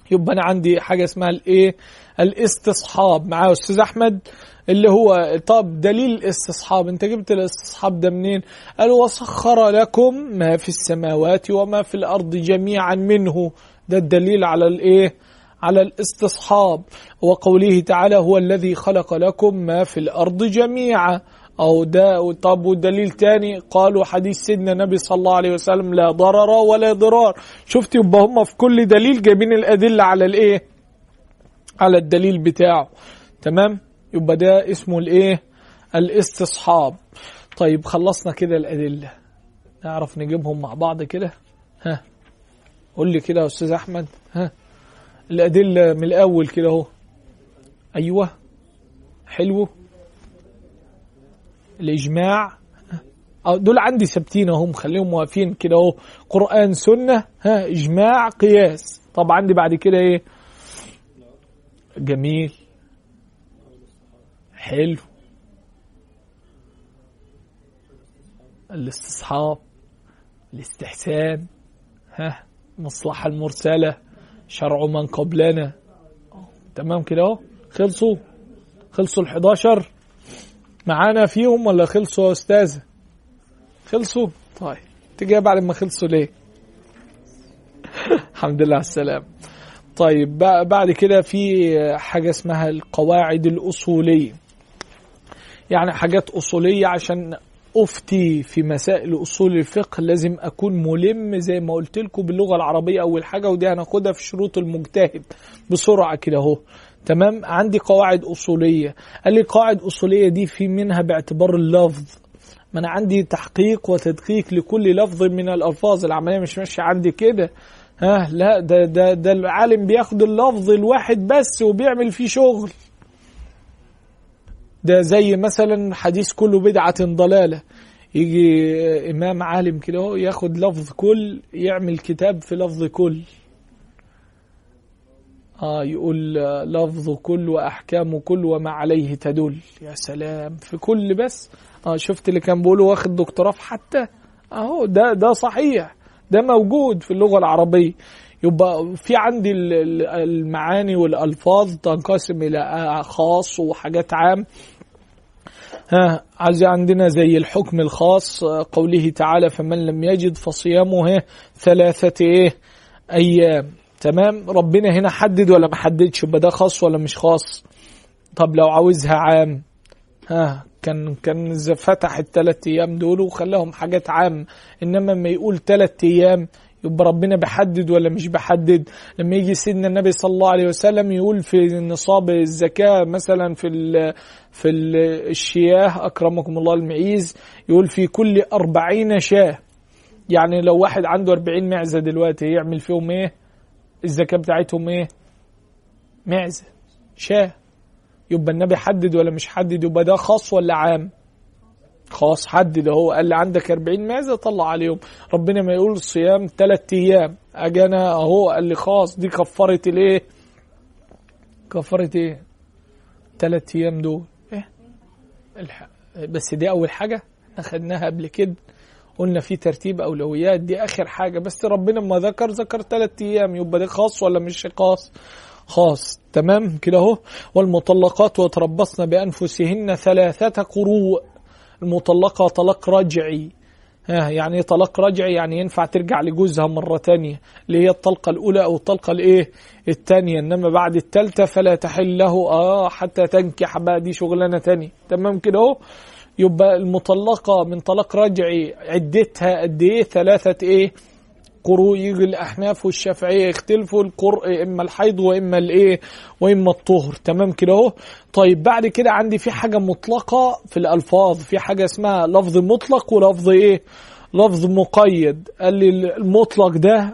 يبقى أنا عندي حاجة اسمها الإيه؟ الاستصحاب. معاه أستاذ أحمد؟ اللي هو طب دليل الاستصحاب، أنت جبت الاستصحاب ده منين؟ قال وسخر لكم ما في السماوات وما في الأرض جميعا منه. ده الدليل على الإيه؟ على الاستصحاب. وقوله تعالى هو الذي خلق لكم ما في الأرض جميعا. أو ده. طب والدليل تاني قالوا حديث سيدنا النبي صلى الله عليه وسلم لا ضرر ولا ضرار. شفت؟ يبقى هم في كل دليل جايبين الأدلة على الإيه؟ على الدليل بتاعه. تمام؟ يبقى ده اسمه الإيه؟ الاستصحاب. طيب خلصنا كده الأدلة، نعرف نجيبهم مع بعض كده. ها قول لي كده يا أستاذ أحمد. ها الأدلة من الأول كده اهو. أيوة حلو. الإجماع دول عندي ثابتين اهم، خليهم واقفين كده اهو. قرآن سنة، ها إجماع قياس. طب عندي بعد كده إيه؟ جميل حلو. الاستصحاب، الاستحسان، ها مصلحة المرسلة، شرع من قبلنا. تمام كده اهو. خلصوا ال11 معانا فيهم ولا خلصوا يا أستاذة؟ خلصوا. طيب تجي بعد ما خلصوا ليه؟ الحمد لله على السلام. طيب بعد كده في حاجة اسمها القواعد الأصولية، يعني حاجات أصولية. عشان أفتي في مسائل أصول الفقه لازم أكون ملم زي ما قلت لكم باللغة العربية أول حاجة، ودي هناخدها في شروط المجتهد بسرعة كده اهو. تمام. عندي قواعد أصولية. قال لي قواعد أصولية دي في منها باعتبار اللفظ، ما أنا عندي تحقيق وتدقيق لكل لفظ من الألفاظ. العملية مش ماشية عندي كده. لا ده العالم بياخد اللفظ الواحد بس وبيعمل فيه شغل. ده زي مثلا حديث كل بدعة ضلالة، يجي إمام عالم كده ياخد لفظ كل يعمل كتاب في لفظ كل. يقول لفظ كل وأحكام كل وما عليه تدل. يا سلام، في كل بس. شفت اللي كان بيقوله واخد دكتوراه حتى اهو. ده صحيح، ده موجود في اللغة العربية. يبقى في عندي المعاني والألفاظ تنقسم إلى خاص وحاجات عام. عندنا زي الحكم الخاص، قوله تعالى فمن لم يجد فصيامه 3 أيام. تمام. ربنا هنا حدد ولا ما حددش؟ يبقى ده خاص ولا مش خاص؟ طب لو عاوزها عام، كان فتح ال3 أيام دول وخلاهم حاجات عام. إنما ما يقول 3 أيام يبقى ربنا بحدد ولا مش بحدد؟ لما يجي سيدنا النبي صلى الله عليه وسلم يقول في نصاب الزكاة مثلا في الشياه أكرمكم الله المعيز، يقول في كل 40 شاه. يعني لو واحد عنده 40 معزة دلوقتي يعمل فيهم ايه؟ الزكاة بتاعتهم ايه؟ معزة شاه. يبقى النبي حدد ولا مش حدد؟ يبقى ده خاص ولا عام؟ خاص. حدد اهو، قال لي عندك 40 معزة طلع عليهم. ربنا ما يقول صيام 3 أيام اجي انا اهو قال لي خاص. دي كفرت الايه؟ كفرت ايه؟ 3 أيام دول ايه؟ بس دي اول حاجة اخدناها قبل كده، قلنا في ترتيب اولويات، دي اخر حاجة. بس ربنا ما ذكر 3 أيام. يبقى ده خاص ولا مش خاص؟ خاص. تمام كده اهو. والمطلقات وتربصن بأنفسهن 3 قروء. المطلقة طلاق رجعي. يعني طلاق رجعي يعني ينفع ترجع لجوزها مرة تانية، اللي هي الطلقة الأولى أو الطلقة التانية. إنما بعد التالتة فلا تحل له حتى تنكح بقى، دي شغلانة تانية. تمام كده اهو. يبقى المطلقة من طلاق رجعي عدتها قد ايه؟ 3 قروء. يجي الأحناف والشافعية يختلفوا القرء إما الحيض وإما الطهر. تمام كده اهو. طيب بعد كده عندي في حاجة مطلقة في الألفاظ، في حاجة اسمها لفظ مطلق ولفظ لفظ مقيد. قال لي المطلق ده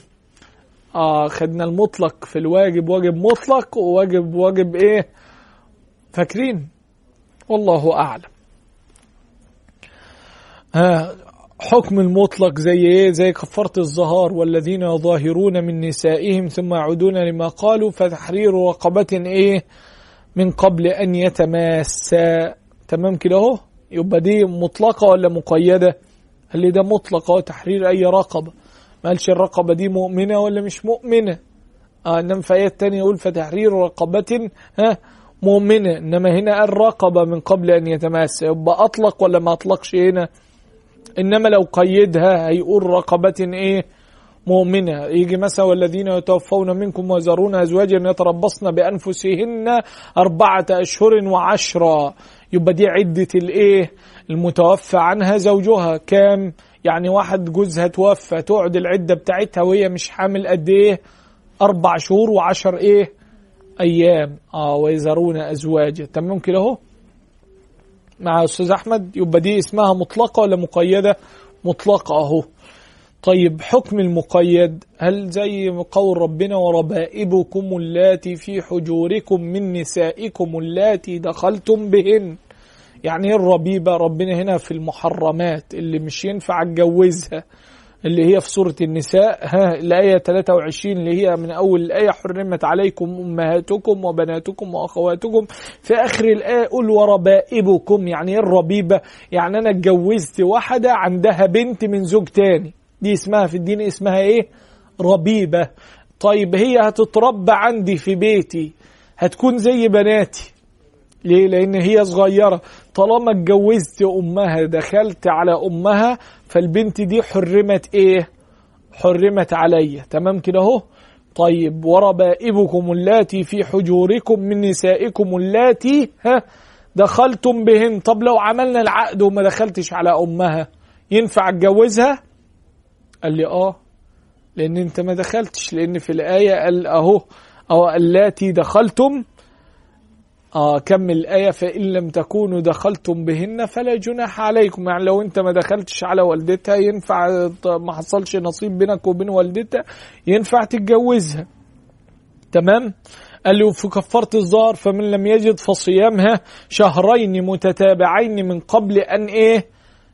خدنا المطلق في الواجب واجب مطلق وواجب فاكرين؟ والله أعلم. حكم المطلق زي زي كفارة الظهار. والذين يظاهرون من نسائهم ثم يعودون لما قالوا فتحرير رقبة من قبل أن يتماسا. تمام كده اهو. يبقى دي مطلقة ولا مقيدة؟ اللي ده مطلقة تحرير أي رقبة، ما قالش الرقبة دي مؤمنة ولا مش مؤمنة. إنما في آيات تانية يقول فتحرير رقبة مؤمنة، إنما هنا قال رقبة من قبل أن يتماس، يبقى أطلق ولا ما أطلقش هنا؟ إنما لو قيدها هيقول رقبة إيه؟ مؤمنة. يجي مثلا والذين يتوفون منكم ويذرون أزواجا يتربصن بأنفسهن 4 أشهر و10، يبقى دي عدة الإيه؟ المتوفى عنها زوجها كام؟ يعني واحد جوزها توفى تقعد العدة بتاعتها وهي مش حامل قد إيه؟ 4 شهور و10 إيه؟ أيام. ويذرون أزواجا. تمام كده أهو مع أستاذ أحمد؟ يبقى دي اسمها مطلقة ولا مقيدة؟ مطلقة أهو. طيب حكم المقيد هل زي قول ربنا وربائبكم اللاتي في حجوركم من نسائكم اللاتي دخلتم بهن؟ يعني ايه الربيبة؟ ربنا هنا في المحرمات اللي مش ينفع اتجوزها، اللي هي في سورة النساء الآية 23 اللي هي من أول الآية حرمت عليكم أمهاتكم وبناتكم وأخواتكم، في آخر الآية قل وربائبكم. يعني ايه الربيبة؟ يعني أنا اتجوزت واحدة عندها بنت من زوج تاني، دي اسمها في الدين اسمها ايه؟ ربيبة. طيب هي هتتربى عندي في بيتي، هتكون زي بناتي. ليه؟ لأن هي صغيرة. طالما اتجوزت أمها دخلت على أمها، فالبنت دي حرمت ايه؟ حرمت عليا. تمام كده اهو. طيب وربائبكم اللاتي في حجوركم من نسائكم اللاتي دخلتم بهن. طب لو عملنا العقد وما دخلتش على أمها ينفع اتجوزها؟ قال لي لأن انت ما دخلتش، لأن في الآية قال اللاتي دخلتم كمل الآية فإن لم تكونوا دخلتم بهن فلا جناح عليكم. يعني لو انت ما دخلتش على والدتها ينفع، ما حصلش نصيب بينك وبين والدتها ينفع تتجوزها. تمام. قال له في كفارة الظهر فمن لم يجد فصيامها شهرين متتابعين من قبل أن ايه؟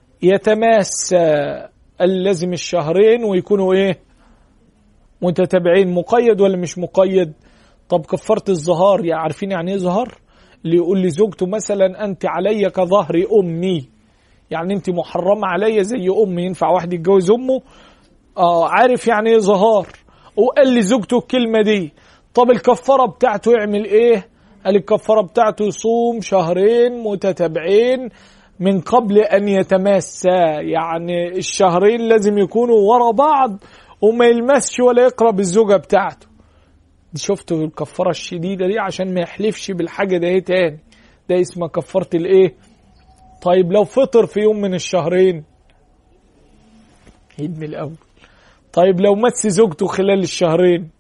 يتماسا. لازم الشهرين ويكونوا ايه؟ متتابعين. مقيد ولا مش مقيد؟ طب كفارة الظهار يعني عارفين يعني ايه ظهر؟ اللي يقول لزوجته مثلا انت علي كظهر امي، يعني انت محرمة علي زي امي. ينفع واحد يتجوز امه؟ عارف يعني ايه ظهار، وقال لزوجته الكلمة دي. طب الكفارة بتاعته يعمل ايه؟ قال الكفارة بتاعته يصوم شهرين متتابعين من قبل أن يتماسا، يعني الشهرين لازم يكونوا ورا بعض وما يلمسش ولا يقرب الزوجة بتاعته. دي شفتوا الكفارة الشديدة دي عشان ما يحلفش بالحاجة ده تاني، ده اسمها كفارة الايه؟ طيب لو فطر في يوم من الشهرين عيد من الأول. طيب لو مس زوجته خلال الشهرين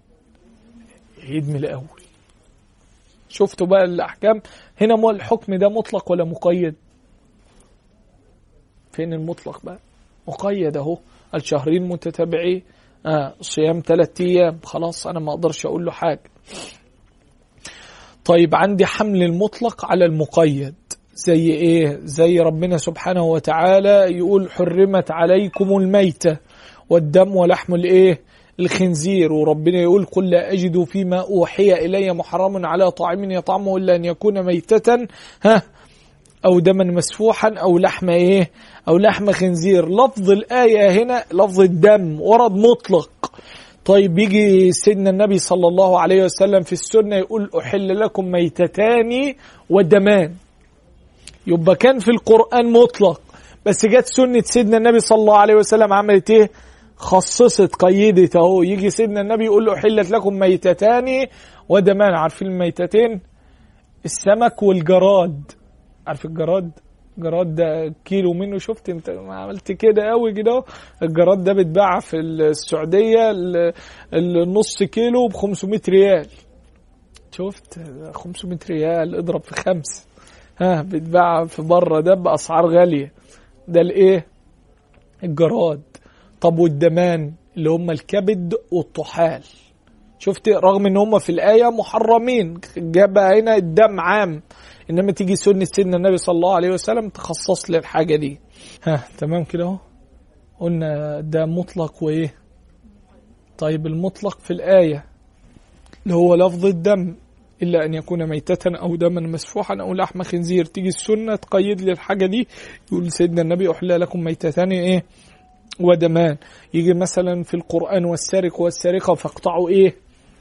عيد من الأول. شفتوا بقى الأحكام هنا؟ الحكم ده مطلق ولا مقيد؟ فين المطلق بقى؟ مقيد اهو. الشهرين متتابعين صيام 3 أيام، خلاص أنا ما أقدرش أقول له حاجة. طيب عندي حمل المطلق على المقيد زي إيه؟ زي ربنا سبحانه وتعالى يقول حرمت عليكم الميتة والدم ولحم الإيه؟ الخنزير. وربنا يقول قل لا أجد فيما أوحي إلي محرم على طاعم يطعمه إلا أن يكون ميتة أو دما مسفوحا أو لحم إيه؟ أو لحم خنزير. لفظ الآية هنا لفظ الدم ورد مطلق. طيب يجي سيدنا النبي صلى الله عليه وسلم في السنة يقول أحل لكم ميتتان ودمان، يبقى كان في القرآن مطلق، بس جت سنة سيدنا النبي صلى الله عليه وسلم عملت إيه؟ خصصت قيدت اهو. يجي سيدنا النبي يقول له أحلت لكم ميتتان ودمان. عارفين الميتتين؟ السمك والجراد. عارف الجراد؟ الجراد ده كيلو منه، شفت انت ما عملت كده قوي كده؟ الجراد ده بيتباع في السعودية النص كيلو ب500 ريال. شفت 500 ريال اضرب في 5 بيتباع في بره ده بأسعار غالية. ده الايه؟ الجراد. طب والدمان اللي هم الكبد والطحال، شفت رغم ان هم في الآية محرمين جاب هنا الدم عام، انما تيجي سنة سيدنا النبي صلى الله عليه وسلم تخصص للحاجة دي. تمام كده اهو. قلنا ده مطلق وايه؟ طيب المطلق في الآية اللي هو لفظ الدم إلا أن يكون ميتة أو دما مسفوحا أو لحم خنزير. تيجي السنة تقيد للحاجة دي، يقول سيدنا النبي أحل لكم ميتتان إيه؟ ودمان. يجي مثلا في القرآن والسارق والسارقة فاقطعوا إيه؟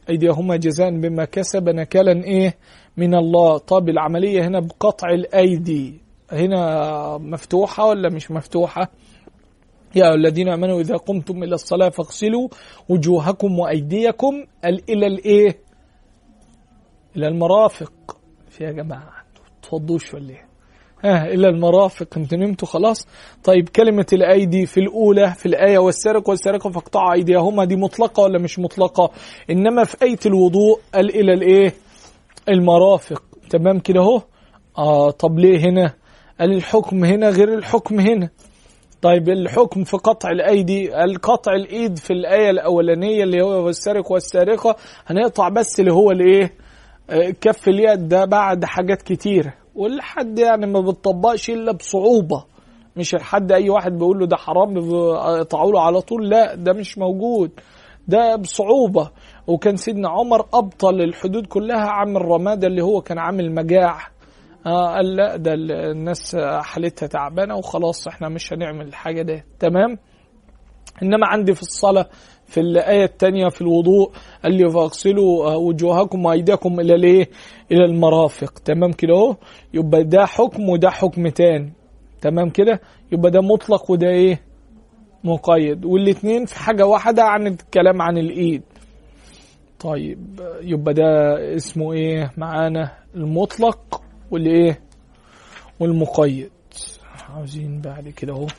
أيديهما جزاء بما كسب نكالا إيه من الله. طب العملية هنا بقطع الأيدي هنا مفتوحة ولا مش مفتوحة؟ يا الذين آمنوا إذا قمتم إلى الصلاة فاغسلوا وجوهكم وأيديكم إلى الإيه؟ إلى المرافق. في يا جماعة تفضوش ولا إيه؟ إلى المرافق. انتوا نمتوا خلاص؟ طيب كلمة الأيدي في الأولى في الآية والسارق فاقطعوا أيديهما دي مطلقة ولا مش مطلقة؟ إنما في آية الوضوء قال إلى الإيه؟ المرافق. تمام كده اهو. طب ليه هنا؟ قال الحكم هنا غير الحكم هنا. طيب الحكم في قطع الأيدي، القطع الإيد في الآية الأولانية اللي هو والسارق والسارقة هنقطع بس اللي هو الإيه؟ كف اليد ده بعد حاجات كتيرة، والحد يعني ما بتطبقش إلا بصعوبة، مش الحد أي واحد بيقول له ده حرام يقطعوا له على طول، لا ده مش موجود، ده بصعوبة. وكان سيدنا عمر أبطل الحدود كلها عام الرمادة اللي هو كان عامل مجاعة. قال لا ده الناس حالتها تعبانة وخلاص احنا مش هنعمل الحاجة ده. تمام. إنما عندي في الصلاة في الآية الثانية في الوضوء قال لي فاغسلوا وجوهكم وأيديكم إلى الإيه؟ إلى المرافق. تمام كده اهو. يبقى ده حكم وده حكم تاني. تمام كده. يبقى ده مطلق وده إيه؟ مقيد، والاثنين في حاجة واحدة عن الكلام عن الإيد. طيب يبقى ده اسمه إيه معانا؟ المطلق والإيه؟ والمقيد. عاوزين بعد كده اهو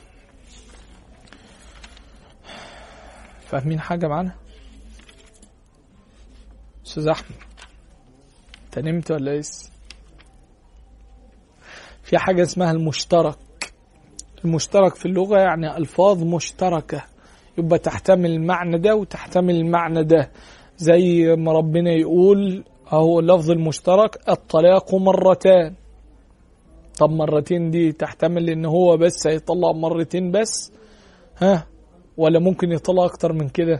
فاهمين حاجة معانا؟ أستاذ أحمد أنت نمت ولا لسه؟ في حاجة اسمها المشترك. المشترك في اللغة يعني ألفاظ مشتركة، يبقى تحتمل المعنى ده وتحتمل المعنى ده، زي ما ربنا يقول أهو اللفظ المشترك الطلاق مرتان. طب مرتين دي تحتمل إن هو بس هيطلع مرتين بس، ولا ممكن يطلع أكتر من كده؟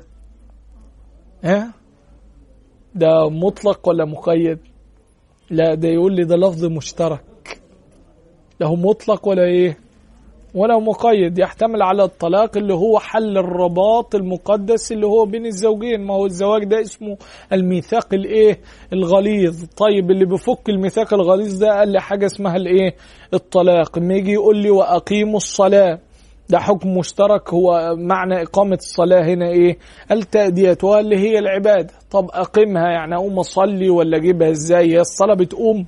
ده مطلق ولا مقيد؟ لا ده يقول لي ده لفظ مشترك، له مطلق ولا إيه؟ ولا مقيد. يحتمل على الطلاق اللي هو حل الرباط المقدس اللي هو بين الزوجين، ما هو الزواج ده اسمه الميثاق الايه؟ الغليظ. طيب اللي بيفك الميثاق الغليظ ده قال لي حاجة اسمها الايه؟ الطلاق. ما يجي يقول لي وأقيموا الصلاة، ده حكم مشترك. هو معنى إقامة الصلاة هنا ايه؟ التأدية اللي هي العبادة. طب أقيمها يعني أقوم أصلي ولا أجيبها ازاي؟ هي الصلاة بتقوم؟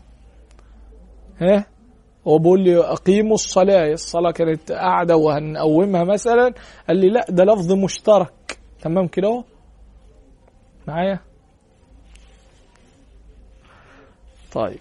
هو بيقول لي أقيموا الصلاة، الصلاة كانت قاعدة وهنقومها مثلا، قال لي لا ده لفظ مشترك. تمام كده اهو معايا؟ طيب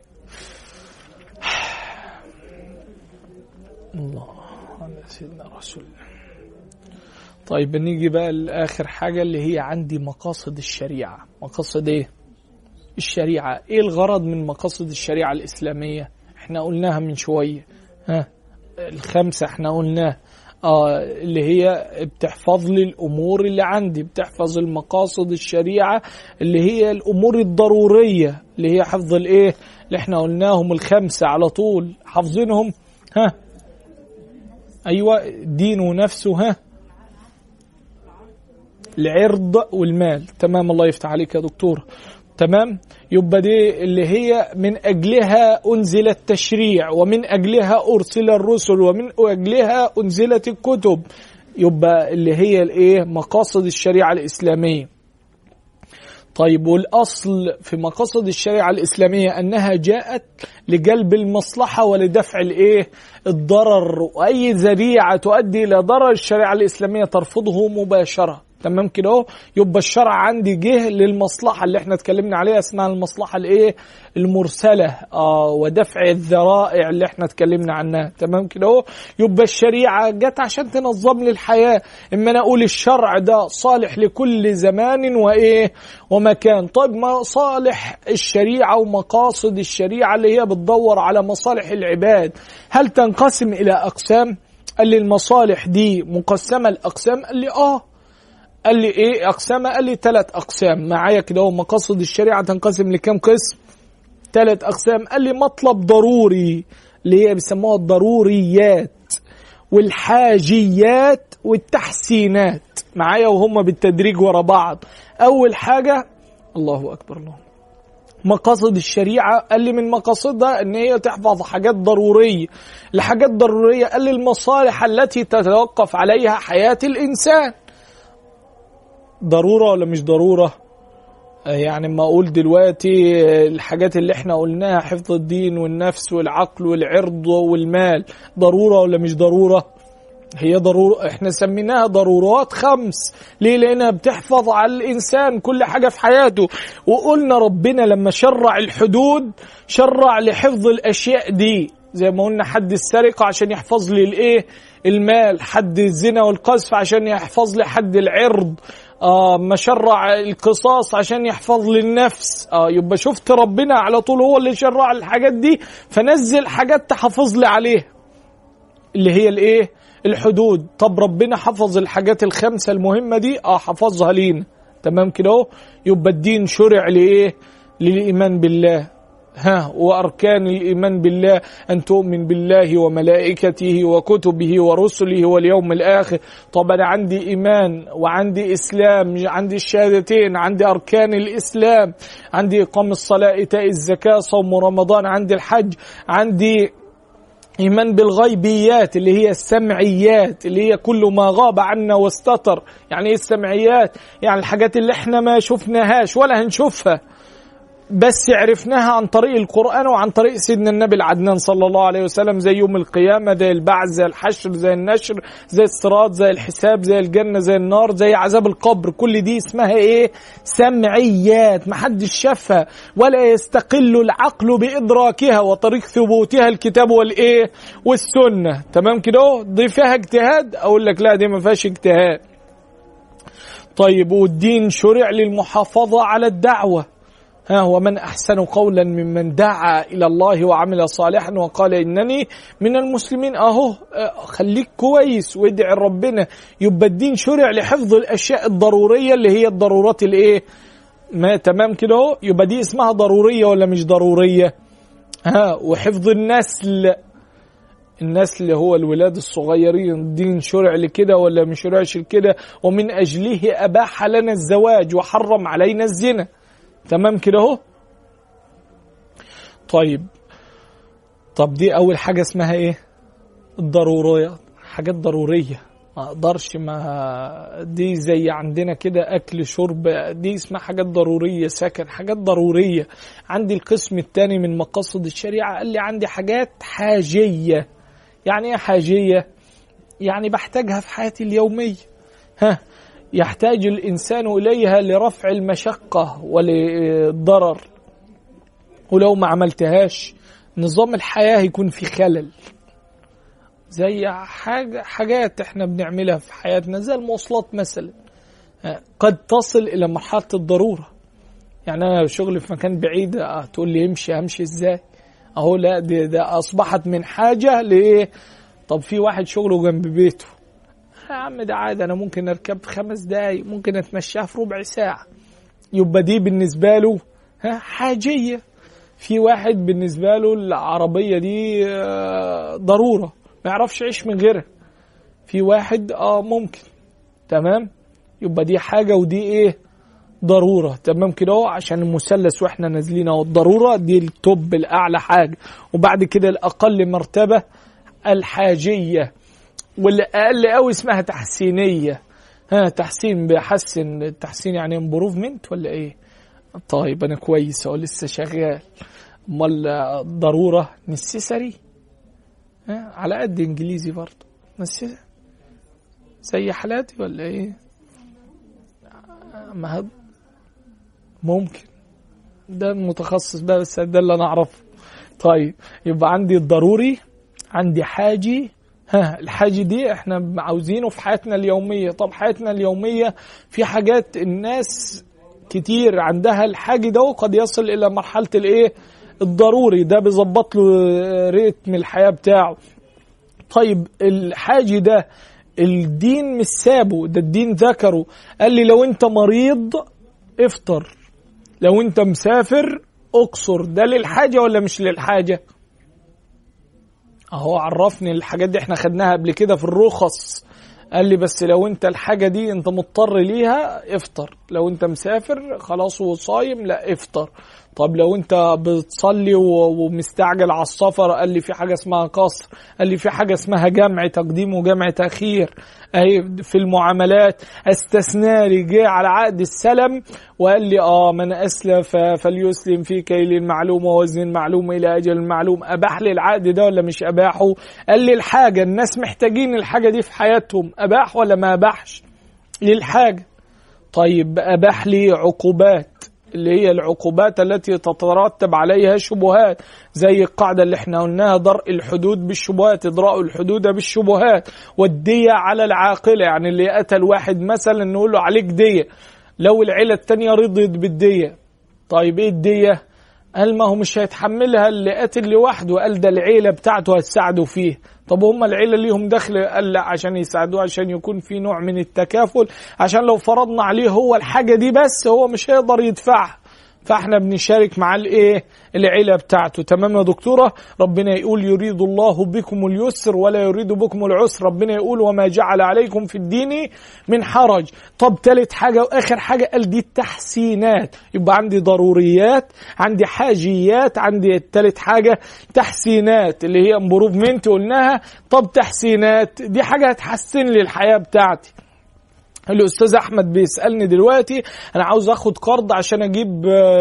الله على سيدنا رسول الله. طيب نيجي بقى لآخر حاجة اللي هي عندي مقاصد الشريعة. مقاصد ايه الشريعة؟ ايه الغرض من مقاصد الشريعة الإسلامية؟ احنا قلناها من شوية، الخمسة احنا قلناها، اللي هي بتحفظ لي الأمور اللي عندي، بتحفظ المقاصد الشريعة اللي هي الأمور الضرورية اللي هي حفظ الايه اللي احنا قلناهم الخمسة على طول حافظينهم. ايوه دين ونفسه، العرض والمال. تمام الله يفتح عليك يا دكتور. تمام. يبقى دي اللي هي من أجلها أنزل التشريع، ومن أجلها أرسل الرسل، ومن أجلها أنزلت الكتب. يبقى اللي هي الإيه؟ مقاصد الشريعة الإسلامية. طيب والأصل في مقاصد الشريعة الإسلامية أنها جاءت لجلب المصلحة ولدفع الإيه؟ الضرر، وأي ذريعة تؤدي إلى ضرر الشريعة الإسلامية ترفضه مباشرة. تمام كده اهو. يبقى الشرع عندي جه للمصلحة اللي احنا اتكلمنا عليها، اسمها المصلحة الايه؟ المرسلة، ودفع الذرائع اللي احنا اتكلمنا عنها. تمام كده اهو. يبقى الشريعة جت عشان تنظم لي الحياة. اما انا اقول الشرع ده صالح لكل زمان وايه ومكان. طيب مصالح الشريعة ومقاصد الشريعة اللي هي بتدور على مصالح العباد هل تنقسم الى اقسام؟ قال لي المصالح دي مقسمة الاقسام. قال لي قال لي ايه اقسام؟ قال لي 3 اقسام. معايا كده اهو. مقاصد الشريعه تنقسم لكام قسم؟ 3 اقسام. قال لي مطلب ضروري اللي هي بيسموها الضروريات، والحاجيات، والتحسينات. معايا وهم بالتدريج ورا بعض. اول حاجه الله أكبر. الله. مقاصد الشريعة قال لي من مقاصدها ان هي تحفظ حاجات ضرورية. الحاجات ضرورية قال لي المصالح التي تتوقف عليها حياة الإنسان. ضرورة ولا مش ضرورة؟ يعني ما أقول دلوقتي الحاجات اللي احنا قلناها حفظ الدين والنفس والعقل والعرض والمال ضرورة ولا مش ضرورة؟ هي ضرورة. احنا سميناها ضرورات 5. ليه؟ لأنها بتحفظ على الإنسان كل حاجة في حياته. وقلنا ربنا لما شرع الحدود شرع لحفظ الأشياء دي، زي ما قلنا حد السرقة عشان يحفظ لي الايه؟ المال. حد الزنا والقذف عشان يحفظ لي حد العرض. ما شرع القصاص عشان يحفظ لي النفس. يبقى شفت ربنا على طول هو اللي شرع الحاجات دي، فنزل حاجات تحفظ لي عليها اللي هي الايه؟ الحدود. طب ربنا حفظ الحاجات 5 المهمة دي، حفظها لينا. تمام كده. يبقى الدين شرع لإيه؟ للإيمان بالله. وأركان الإيمان بالله أن تؤمن بالله وملائكته وكتبه ورسله واليوم الآخر. طب أنا عندي إيمان وعندي إسلام، عندي الشهادتين، عندي أركان الإسلام، عندي إقام الصلاة، إيتاء الزكاة، صوم رمضان، عندي الحج، عندي إيمان بالغيبيات اللي هي السمعيات اللي هي كل ما غاب عنا واستتر. يعني إيه السمعيات؟ يعني الحاجات اللي احنا ما شفناهاش ولا هنشوفها، بس عرفناها عن طريق القرآن وعن طريق سيدنا النبي العدنان صلى الله عليه وسلم، زي يوم القيامة، زي البعث، زي الحشر، زي النشر، زي الصراط، زي الحساب، زي الجنة، زي النار، زي عذاب القبر. كل دي اسمها ايه؟ سمعيات، محدش شافها ولا يستقل العقل بإدراكها، وطريق ثبوتها الكتاب والايه؟ والسنة. تمام كده. دي فيها اجتهاد؟ اقول لك لا، دي ما فيهاش اجتهاد. طيب، والدين شرع للمحافظة على الدعوة. ومن أحسن قولا ممن دعا إلى الله وعمل صالحا وقال إنني من المسلمين. خليك كويس وادعي ربنا. يبقى الدين شرع لحفظ الأشياء الضرورية اللي هي الضرورات الايه؟ ما تمام كده. يبقى دي اسمها ضرورية ولا مش ضرورية؟ وحفظ النسل اللي هو الولاد الصغيرين، الدين شرع لكده ولا مش شرعش لكده؟ ومن أجله أباح لنا الزواج وحرم علينا الزنا. تمام كده اهو. طب دي اول حاجه اسمها ايه؟ الضروريات. حاجات ضروريه ما اقدرش، ما دي زي عندنا كده اكل شرب، دي اسمها حاجات ضروريه. سكن، حاجات ضروريه. عندي القسم الثاني من مقاصد الشريعه قال لي عندي حاجات حاجيه. يعني ايه حاجيه؟ يعني بحتاجها في حياتي اليوميه. يحتاج الإنسان إليها لرفع المشقة وللضرر، ولو ما عملتهاش نظام الحياة يكون في خلل. زي حاجات احنا بنعملها في حياتنا زي المواصلات مثلا، قد تصل إلى مرحلة الضرورة. يعني أنا شغلي في مكان بعيد، تقول لي همشي إزاي؟ لا، ده أصبحت من حاجة لإيه؟ طب في واحد شغله جنب بيته، يا عم ده عادي، أنا ممكن أركب 5 دقايق، ممكن أتمشاها في ربع ساعة. يبقى دي بالنسبة له حاجية. في واحد بالنسبة له العربية دي ضرورة، ما يعرفش يعيش من غيرها. في واحد ممكن. تمام. يبقى دي حاجة ودي ايه؟ ضرورة. تمام كده. عشان المثلث واحنا نازلين الضرورة دي التوب الأعلى حاجة، وبعد كده الأقل مرتبة الحاجية، والأقل قوي اسمها تحسينية. تحسين، بيحسن. التحسين يعني امبروفمنت ولا ايه؟ طيب انا كويس لسه شغال. امال الضرورة نسيسري، على قد انجليزي برضه نسيسري زي حالاتي ولا ايه؟ ما ممكن ده المتخصص بقى، بس ده اللي انا اعرفه. طيب يبقى عندي الضروري، عندي حاجي. الحاجة دي احنا عاوزينه في حياتنا اليومية. طب حياتنا اليومية في حاجات الناس كتير عندها الحاجة ده، وقد يصل الى مرحلة الايه؟ الضروري. ده بيظبط له ريتم الحياة بتاعه. طيب الحاجة ده الدين مش سابه، ده الدين ذكره. قال لي لو انت مريض افطر، لو انت مسافر اقصر. ده للحاجة ولا مش للحاجة؟ عرفني الحاجات دي احنا خدناها قبل كده في الرخص. قال لي بس لو انت الحاجة دي انت مضطر ليها افطر، لو انت مسافر خلاص وصايم لا افطر. طب لو انت بتصلي ومستعجل على السفر، قال لي في حاجة اسمها قصر، قال لي في حاجة اسمها جمع تقديم وجمع تأخير. اهي في المعاملات استثنى لي، جه على عقد السلم وقال لي من اسلف فليسلم في كيل معلوم ووزن معلوم الى اجل معلوم. اباح لي العقد ده ولا مش اباحه؟ قال لي الحاجة الناس محتاجين الحاجة دي في حياتهم، اباح ولا ما اباحش للحاجة؟ طيب اباح لي عقوبات، اللي هي العقوبات التي تترتب عليها شبهات، زي القاعدة اللي احنا قلناها درء الحدود بالشبهات، إدراء الحدود بالشبهات، والدية على العاقلة. يعني اللي قتل واحد مثلا نقول له عليك دية لو العيلة التانية رضيت بالدية. طيب ايه الدية؟ قال ما هو مش هيتحملها اللي قتل لوحده، قال ده العيلة بتاعته هتساعده فيه. طب هم العيلة ليهم دخل؟ قال لا، عشان يساعدوه، عشان يكون في نوع من التكافل، عشان لو فرضنا عليه هو الحاجة دي بس هو مش هيقدر يدفعها، فاحنا بنشارك مع الايه العيلة بتاعته. تمام يا دكتورة؟ ربنا يقول يريد الله بكم اليسر ولا يريد بكم العسر، ربنا يقول وما جعل عليكم في الدين من حرج. طب ثالث حاجة واخر حاجة قال دي التحسينات، يبقى عندي ضروريات، عندي حاجيات، عندي ثالث حاجة تحسينات اللي هي امبروفمنت قلناها. طب تحسينات دي حاجة هتحسن لي الحياة بتاعتي. الأستاذ أحمد بيسألني دلوقتي أنا عاوز أخد قرض عشان أجيب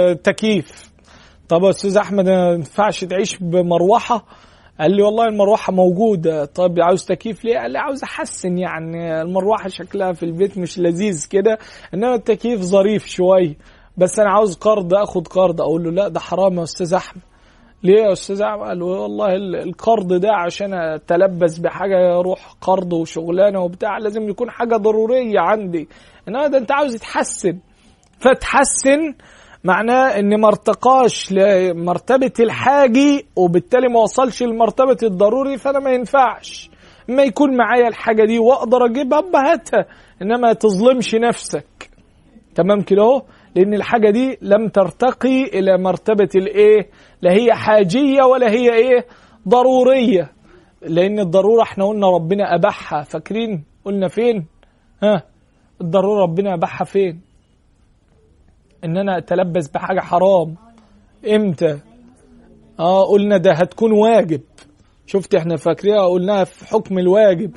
تكييف. طب يا أستاذ أحمد ما ينفعش تعيش بمروحة؟ قال لي والله المروحة موجودة. طب عاوز تكييف ليه؟ قال لي عاوز أحسن، يعني المروحة شكلها في البيت مش لذيذ كده، إنما التكييف ظريف شوية، بس أنا عاوز قرض، أخد قرض. أقول له لا ده حرام يا أستاذ أحمد. ليه يا أستاذ أحمد؟ قال له والله القرض ده عشان أتلبس بحاجة يروح قرض وشغلانة وبتاع، لازم يكون حاجة ضرورية عندي. إنما ده أنت عاوز تحسن، فتحسن معناه إن ما ارتقاش لمرتبة الحاجي وبالتالي ما وصلش لمرتبة الضروري، فأنا ما ينفعش ما يكون معايا الحاجة دي وأقدر أجيبها بهاتها، إنما تظلمش نفسك. تمام كده اهو، لأن الحاجة دي لم ترتقي إلى مرتبة الإيه؟ لا هي حاجية ولا هي إيه؟ ضرورية. لأن الضرورة احنا قلنا ربنا أباحها، فاكرين قلنا فين؟ الضرورة ربنا أباحها فين؟ إن أنا أتلبس بحاجة حرام. إمتى؟ قلنا ده هتكون واجب. شفت احنا فاكرينها قلناها في حكم الواجب.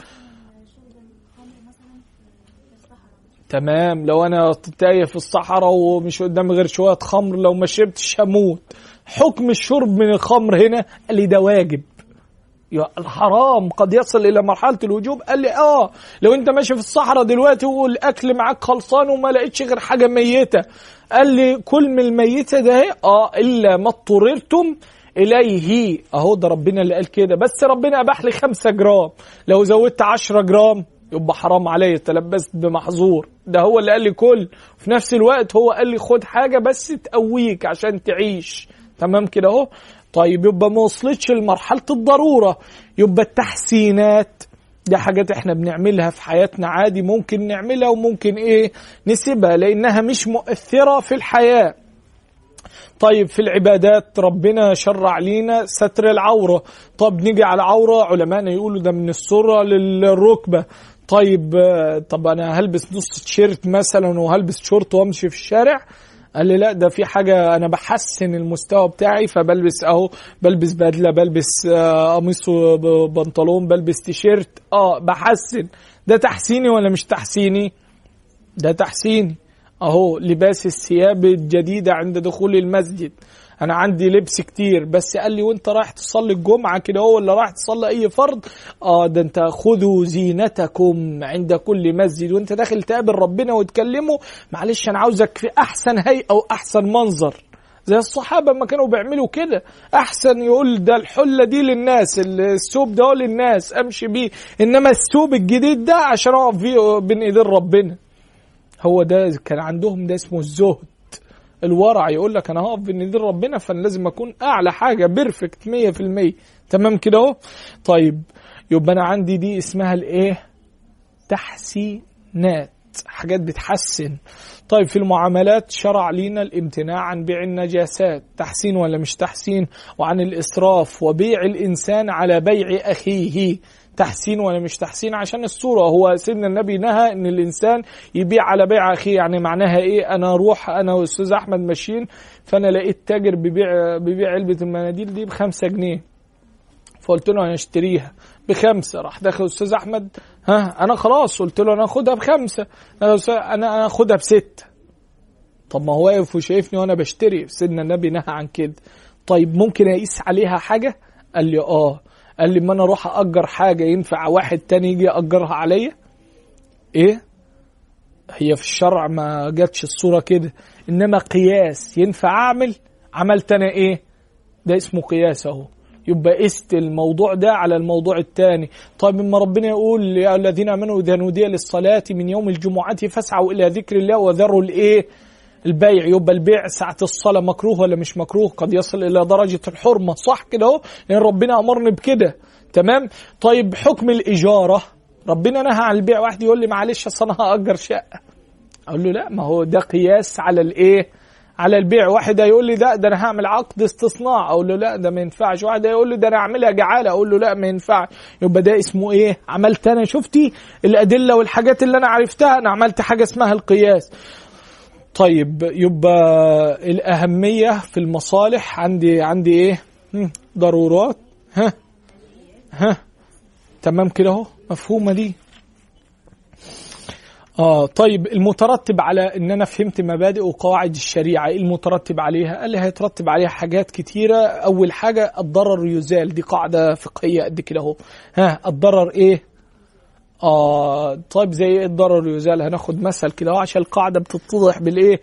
تمام، لو انا تايه في الصحراء ومش قدامي غير شويه خمر، لو ما شربتش هموت. حكم الشرب من الخمر هنا قال لي ده واجب. الحرام قد يصل الى مرحله الوجوب. قال لي لو انت ماشي في الصحراء دلوقتي والاكل معاك خلصان وما لقيتش غير حاجه ميته، قال لي كل من الميته ده الا ما اضطررتم اليه. اهو ده ربنا اللي قال كده، بس ربنا اباح لي 5 جرام، لو زودت 10 جرام يبقى حرام علي، تلبست بمحظور. ده هو اللي قال لي كل، في نفس الوقت هو قال لي خد حاجة بس تقويك عشان تعيش. تمام كده اهو. طيب يبقى ما وصلتش لمرحلة الضرورة، يبقى التحسينات دي حاجات احنا بنعملها في حياتنا عادي، ممكن نعملها وممكن نسيبها لانها مش مؤثرة في الحياة. طيب في العبادات ربنا شرع لينا ستر العورة. طب نيجي على العورة، علماءنا يقولوا ده من السرة للركبة. طيب أنا هلبس نص تيشيرت مثلا وهلبس شورت وامشي في الشارع؟ قال لي لا، ده في حاجة أنا بحسن المستوى بتاعي، فبلبس بلبس بدلة، بلبس قميص وبنطلون، بلبس تيشيرت، بحسن. ده تحسيني ولا مش تحسيني؟ ده تحسيني. لباس الثياب الجديدة عند دخول المسجد. أنا عندي لبس كتير، بس قال لي وانت رايح تصلي الجمعة كده ولا رايح تصلي أي فرض، ده انت خذوا زينتكم عند كل مسجد، وانت داخل تقابل ربنا وتكلمه، معلش أنا عاوزك في أحسن هيئة أو أحسن منظر، زي الصحابة ما كانوا بيعملوا كده. أحسن يقول ده الحلة دي للناس، الثوب ده للناس أمشي بيه، إنما الثوب الجديد ده عشان أقف فيه بين إيدين ربنا. هو ده كان عندهم، ده اسمه الزهد، الورع. يقول لك انا هقف بين ايدين ربنا فانا لازم اكون اعلى حاجه، بيرفكت 100%. تمام كده اهو. طيب يبقى انا عندي دي اسمها تحسينات، حاجات بتحسن. طيب في المعاملات شرع لينا الامتناع عن بيع النجاسات، تحسين ولا مش تحسين؟ وعن الاسراف وبيع الانسان على بيع اخيه، تحسين ولا مش تحسين عشان الصورة. هو سيدنا النبي نهى ان الانسان يبيع على بيع اخيه. يعني معناها ايه؟ انا اروح انا واستاذ احمد ماشيين، فانا لقيت تاجر بيبيع علبة المناديل دي ب5 جنيه، فقلت له انا اشتريها ب5. راح داخل استاذ احمد، انا خلاص قلت له انا اخدها ب5، انا اخدها ب6. طب ما هو واقف وشايفني وانا بشتري. سيدنا النبي نهى عن كده. طيب ممكن اقيس عليها حاجة؟ قال لي قال لي ما انا اروح اجر حاجة ينفع واحد تاني يجي يأجرها عليا؟ ايه؟ هي في الشرع ما جاتش الصورة كده، انما قياس ينفع عملت انا ايه؟ ده اسمه قياس اهو. يبقى قست الموضوع ده على الموضوع الثاني. طيب اما ربنا يقول يا الذين امنوا اذا نودي للصلاة من يوم الجمعة فاسعوا الى ذكر الله وذروا البيع. يبقى البيع ساعة الصلاة مكروه ولا مش مكروه؟ قد يصل إلى درجة الحرمة، صح كده اهو، لأن ربنا أمرني بكده. تمام. طيب حكم الإجارة، ربنا نهى عن البيع. واحد يقول لي معلش أصل أنا هأجر شقة، أقول له لا، ما هو ده قياس على البيع. واحد هيقول لي ده أنا هعمل عقد استصناع، أقول له لا ده ما ينفعش. واحد هيقول لي ده أنا أعملها جعالة، أقول له لا ما ينفعش. يبقى ده اسمه إيه؟ عملت أنا، شفتي الأدلة والحاجات اللي أنا عرفتها، أنا عملت حاجة اسمها القياس. طيب يبقى الأهمية في المصالح عندي إيه؟ ضرورات. تمام كده اهو، مفهومة دي. طيب المترتب على ان انا فهمت مبادئ وقواعد الشريعة، ايه المترتب عليها؟ قال لي هيترتب عليها حاجات كتيرة. اول حاجة الضرر يزال، دي قاعدة فقهية قد كده اهو. الضرر ايه؟ طيب زي ايه الضرر يزال؟ هناخد مثل كده عشان القاعدة بتتضح بالايه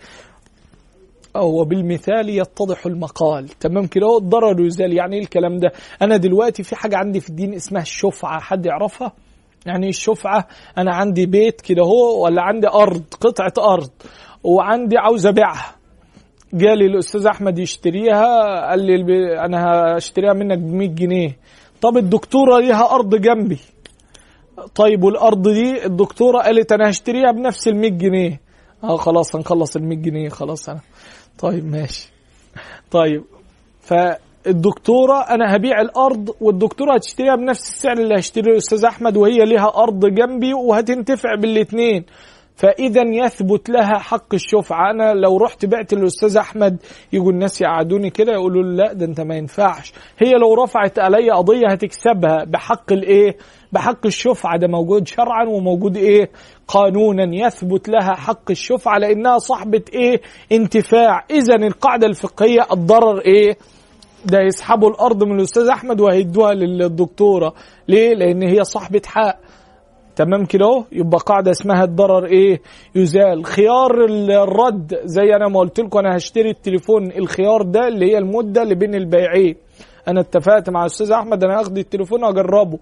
وبالمثال يتضح المقال. تمام كده. الضرر يزال يعني ايه الكلام ده؟ انا دلوقتي في حاجة عندي في الدين اسمها الشفعة، حد يعرفها؟ يعني الشفعة، انا عندي بيت كده هو، ولا عندي ارض، قطعة ارض، وعندي عاوز ابيعها. جالي الاستاذ احمد يشتريها، قال لي انا هشتريها منك ب100 جنيه. طب الدكتورة ليها ارض جنبي، طيب والارض دي الدكتورة قالت انا هشتريها بنفس ال100 جنيه. خلاص هنخلص ال100 جنيه خلاص انا. طيب ماشي. طيب فالدكتورة انا هبيع الارض، والدكتورة هتشتريها بنفس السعر اللي هشتريه الاستاذ احمد، وهي ليها ارض جنبي وهتنتفع بالاثنين. فاذا يثبت لها حق الشفعة. انا لو رحت بعت للاستاذ احمد، يجوا الناس يقعدوني كده يقولوا لا ده انت ما ينفعش. هي لو رفعت علي قضية هتكسبها بحق الايه؟ بحق الشفعة. ده موجود شرعا وموجود ايه؟ قانونا. يثبت لها حق الشفعة لانها صاحبة ايه؟ انتفاع. اذا القاعدة الفقهية الضرر ايه؟ ده يسحبوا الارض من الاستاذ احمد وهيدوها للدكتورة. ليه؟ لان هي صاحبة حق. تمام كده اهو. يبقى قاعدة اسمها الضرر ايه؟ يزال. خيار الرد، زي انا ما قلت لكم انا هشتري التليفون، الخيار ده اللي هي المدة اللي بين البيعين. انا اتفقت مع الاستاذ احمد انا هاخد التليفون واجربه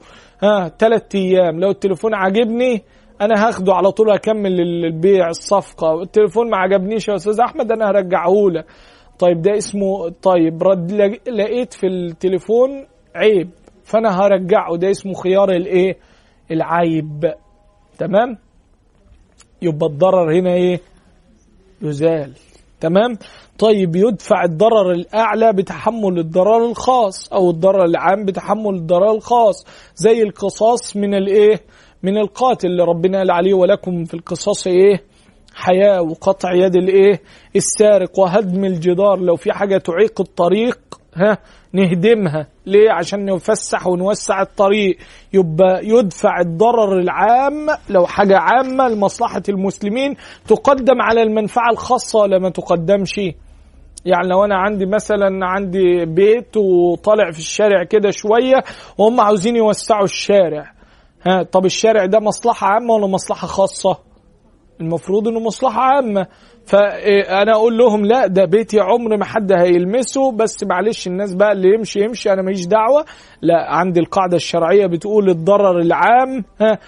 3 ايام، لو التليفون عجبني انا هاخده على طول اكمل البيع الصفقة. التليفون ما عجبنيش يا استاذ احمد انا هرجعه له. طيب ده اسمه طيب رد. لقيت في التليفون عيب فانا هرجعه، ده اسمه خيار الايه؟ العيب. تمام. يبقى الضرر هنا ايه؟ يزال. تمام. طيب يدفع الضرر الأعلى بتحمل الضرر الخاص، أو الضرر العام بتحمل الضرر الخاص، زي القصاص من الإيه؟ من القاتل اللي ربنا قال عليه ولكم في القصاص إيه؟ حياة، وقطع يد الإيه؟ السارق، وهدم الجدار. لو في حاجة تعيق الطريق نهدمها. ليه؟ عشان نفسح ونوسع الطريق. يبقى يدفع الضرر العام لو حاجة عامة لمصلحة المسلمين تقدم على المنفعة الخاصة ولا ما تقدمش. يعني لو أنا عندي مثلا بيت وطالع في الشارع كده شوية وهم عاوزين يوسعوا الشارع، طب الشارع ده مصلحة عامة ولا مصلحة خاصة؟ المفروض انه مصلحة عامة. فانا اقول لهم لا ده بيتي عمر ما حد هيلمسه، بس معلش الناس بقى اللي يمشي انا ماليش دعوة. لا، عندي القاعدة الشرعية بتقول الضرر العام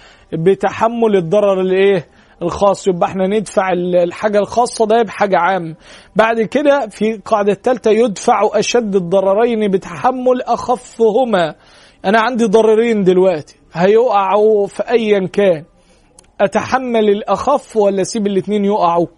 بتحمل الضرر الايه؟ الخاص. يبقى احنا ندفع الحاجة الخاصة ده بحاجة عام. بعد كده في قاعدة الثالثة يدفع اشد الضررين بتحمل اخفهما. انا عندي ضررين دلوقتي هيقعوا في ايا كان، أتحمل الأخف ولا أسيب الاثنين يقعوا؟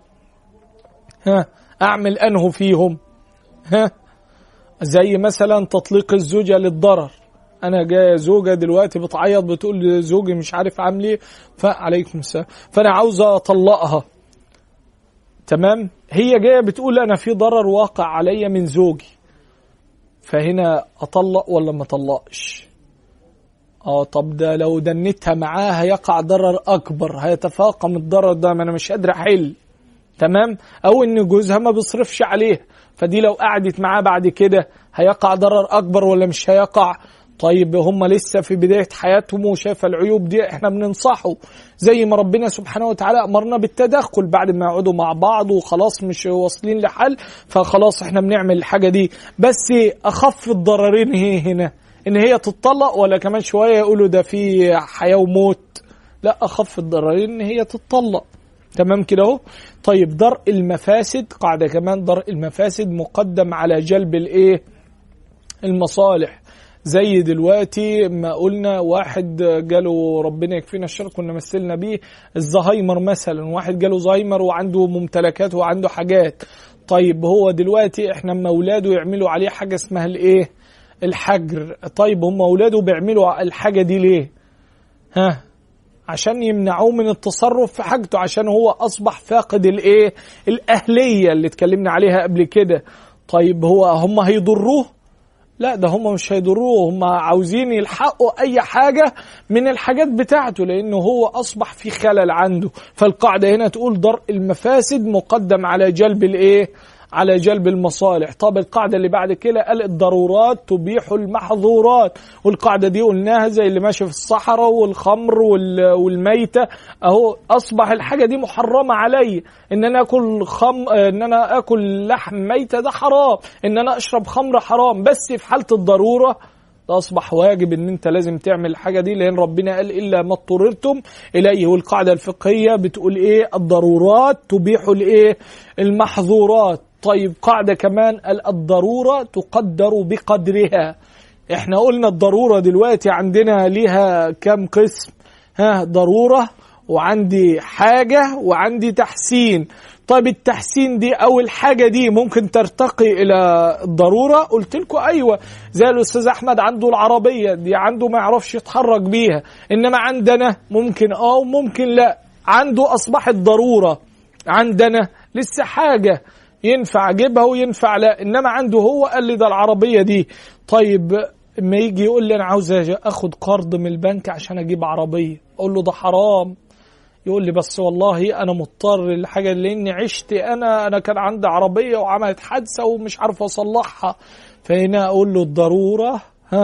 أعمل أنه فيهم؟ زي مثلا تطليق الزوجة للضرر، انا جايه زوجه دلوقتي بتعيط بتقول زوجي مش عارف عامل ايه، فعليكم السلام، فانا عاوزه اطلقها، تمام، هي جايه بتقول انا في ضرر واقع عليا من زوجي، فهنا اطلق ولا ما اطلقش؟ طب ده لو دنتها معاه هيقع ضرر اكبر، هيتفاقم الضرر ده، ما انا مش قادر احل، تمام، او ان جوزها ما بيصرفش عليها، فدي لو قعدت معاه بعد كده هيقع ضرر اكبر ولا مش هيقع؟ طيب هم لسه في بداية حياتهم وشايف العيوب دي، احنا بننصحه زي ما ربنا سبحانه وتعالى امرنا بالتدخل بعد ما يقعدوا مع بعض وخلاص مش واصلين لحل، فخلاص احنا بنعمل الحاجة دي. بس اخف الضررين هنا ان هي تتطلق، ولا كمان شوية يقولوا ده في حياة وموت؟ لا، اخف الضررين ان هي تتطلق، تمام كده اهو. طيب درء المفاسد، قاعدة كمان، درء المفاسد مقدم على جلب الايه؟ المصالح. زي دلوقتي ما قلنا واحد جاله، ربنا يكفينا الشر، كنا مثلنا بيه الزهايمر مثلا، واحد جاله زهايمر وعنده ممتلكات وعنده حاجات، طيب هو دلوقتي احنا اما اولاده يعملوا عليه حاجة اسمها الايه؟ الحجر. طيب هم اولاده بيعملوا الحاجة دي ليه؟ عشان يمنعوه من التصرف في حاجته، عشان هو اصبح فاقد الايه؟ الاهلية اللي اتكلمنا عليها قبل كده. طيب هم هيضروه؟ لا، ده هم مش هيضروه، هم عاوزين يلحقوا اي حاجة من الحاجات بتاعته، لانه هو اصبح في خلل عنده. فالقاعدة هنا تقول درء المفاسد مقدم على جلب الايه؟ على جلب المصالح. طب القاعدة اللي بعد كده قال الضرورات تبيح المحظورات، والقاعدة دي قلناها زي اللي ماشي في الصحراء والخمر والميتة، اهو اصبح الحاجة دي محرمة علي، ان انا اكل لحم ميتة ده حرام، ان انا اشرب خمر حرام، بس في حالة الضرورة ده اصبح واجب ان انت لازم تعمل الحاجة دي، لان ربنا قال الا ما اضطررتم اليه. والقاعدة الفقهية بتقول ايه؟ الضرورات تبيح الايه؟ المحظورات. طيب قاعدة كمان، الضرورة تقدر بقدرها. احنا قلنا الضرورة دلوقتي عندنا ليها كم قسم؟ ضرورة، وعندي حاجة، وعندي تحسين. طيب التحسين دي او الحاجة دي ممكن ترتقي الى الضرورة؟ قلت لكم ايوه، زي الاستاذ احمد عنده العربية دي، عنده ما يعرفش يتحرك بيها، انما عندنا ممكن وممكن لا، عنده اصبحت ضرورة، عندنا لسه حاجة ينفع اجيبها وينفع لا، انما عنده هو قال لي ده العربية دي. طيب اما يجي يقول لي انا عاوز اخد قرض من البنك عشان اجيب عربية، اقول له ده حرام، يقول لي بس والله انا مضطر للحاجة لاني عشت، انا كان عندي عربية وعملت حادثة ومش عارف اصلحها. فهنا اقول له الضرورة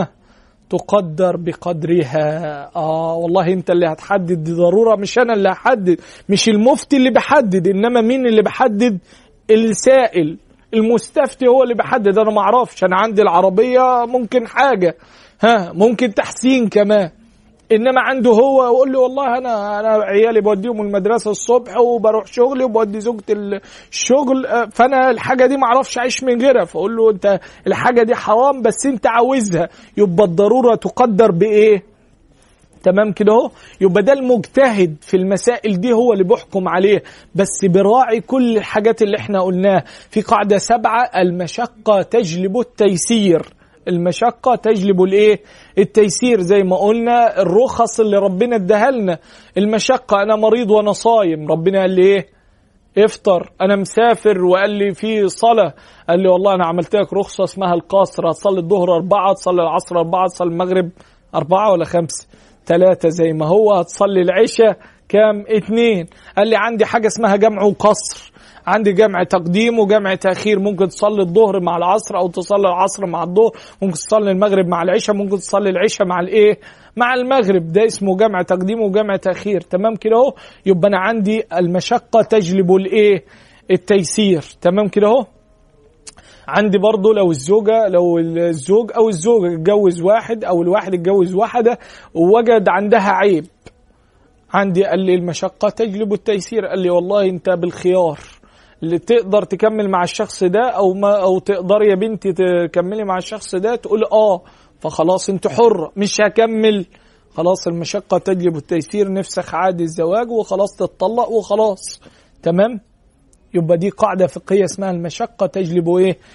تقدر بقدرها. والله انت اللي هتحدد دي ضرورة، مش انا اللي هحدد، مش المفتي اللي بحدد، انما مين اللي بحدد؟ السائل المستفتي هو اللي بحدد. انا ما اعرفش، انا عندي العربية ممكن حاجة ممكن تحسين كمان، انما عنده هو يقول لي والله انا عيالي بوديهم المدرسة الصبح وبروح شغلي وبودي زوجتي الشغل، فانا الحاجة دي ما اعرفش اعيش من غيرها. فاقول له انت الحاجة دي حرام بس انت عاوزها، يبقى الضرورة تقدر بايه؟ تمام كده اهو. يبقى ده المجتهد في المسائل دي هو اللي بيحكم عليه، بس براعي كل الحاجات اللي احنا قلناها في قاعدة 7: المشقة تجلب التيسير. المشقة تجلب الايه؟ التيسير. زي ما قلنا الرخص اللي ربنا اداها لنا، المشقة انا مريض وانا صايم، ربنا قال لي ايه؟ افطر. انا مسافر وقال لي في صلاة، قال لي والله انا عملت لك رخصة اسمها القصر، هتصلي الظهر 4، تصلي العصر 4، تصلي المغرب 4 ولا 5؟ 3 زي ما هو. هتصلي العشاء كام؟ 2. قال لي عندي حاجة اسمها جمع وقصر، عندي جمع تقديم وجمع تأخير، ممكن تصلي الظهر مع العصر او تصلي العصر مع الظهر، ممكن تصلي المغرب مع العشاء، ممكن تصلي العشاء مع الايه؟ مع المغرب. ده اسمه جمع تقديم وجمع تأخير. تمام كده اهو. يبقى انا عندي المشقة تجلب الايه؟ التيسير. تمام كده اهو. عندي برضو لو الزوج او الزوجة اتجوز واحد او الواحد اتجوز واحدة ووجد عندها عيب، عندي قال لي المشقة تجلب التيسير. قال لي والله انت بالخيار، اللي تقدر تكمل مع الشخص ده او تقدر يا بنتي تكملي مع الشخص ده، تقول فخلاص انت حرة، مش هكمل، خلاص المشقة تجلب التيسير، نفسخ عادي الزواج وخلاص تتطلق وخلاص. تمام. يبقى دي قاعدة فقهية اسمها المشقة تجلب ايه؟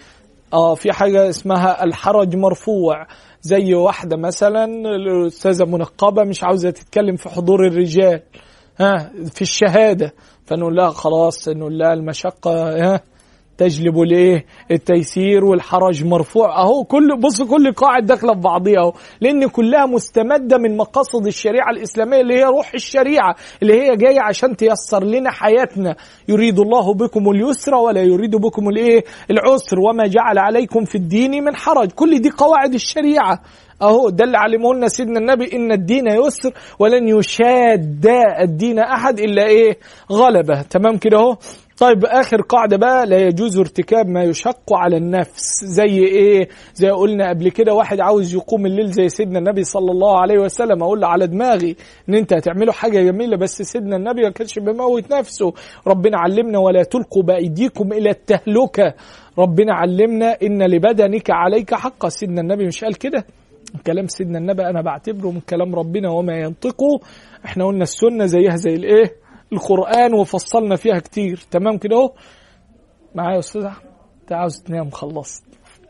في حاجة اسمها الحرج مرفوع، زي واحدة مثلا الأستاذة منقبة مش عاوزة تتكلم في حضور الرجال في الشهادة، فنقول لها خلاص، نقول لها المشقة تجلب الايه التيسير، والحرج مرفوع. اهو كل قاعد داخله في بعضيها اهو، لان كلها مستمده من مقاصد الشريعه الاسلاميه اللي هي روح الشريعه، اللي هي جايه عشان تيسر لنا حياتنا. يريد الله بكم اليسر ولا يريد بكم الايه العسر، وما جعل عليكم في الدين من حرج. كل دي قواعد الشريعه اهو، ده اللي علمه لنا سيدنا النبي، ان الدين يسر ولن يشاد الدين احد الا غلبه. تمام كده اهو. طيب آخر قاعدة بقى، لا يجوز ارتكاب ما يشق على النفس. زي قلنا قبل كده، واحد عاوز يقوم الليل زي سيدنا النبي صلى الله عليه وسلم، أقول له على دماغي إن أنت هتعملوا حاجة جميلة، بس سيدنا النبي ما كانش بيموت نفسه. ربنا علمنا ولا تلقوا بأيديكم إلى التهلكة. ربنا علمنا إن لبدنك عليك حقا. سيدنا النبي مش قال كده؟ كلام سيدنا النبي أنا بعتبره من كلام ربنا، وما ينطقه. احنا قلنا السنة زيها زي القرآن، وفصلنا فيها كتير. تمام كده اهو معايا يا أستاذ أحمد؟ أنت عاوز تنام؟ خلصت.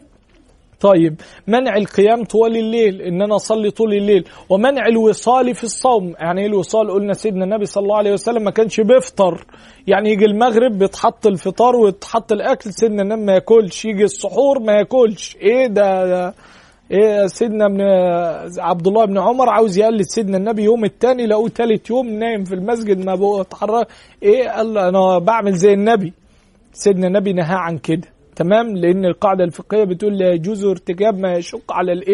طيب منع القيام طوال الليل، إن أنا أصلي طول الليل، ومنع الوصال في الصوم. يعني إيه الوصال؟ قلنا سيدنا النبي صلى الله عليه وسلم ما كانش بيفطر، يعني يجي المغرب بيتحط الفطار ويتحط الأكل، سيدنا النبي ما ياكلش، يجي السحور ما ياكلش. ده سيدنا عبد الله بن عمر عاوز يقلد سيدنا النبي، يوم التاني لقوه تالت يوم نايم في المسجد ما بتحرك. قال انا بعمل زي النبي. سيدنا النبي نهى عن كده. تمام، لان القاعده الفقهيه بتقول لا يجوز ارتكاب ما يشق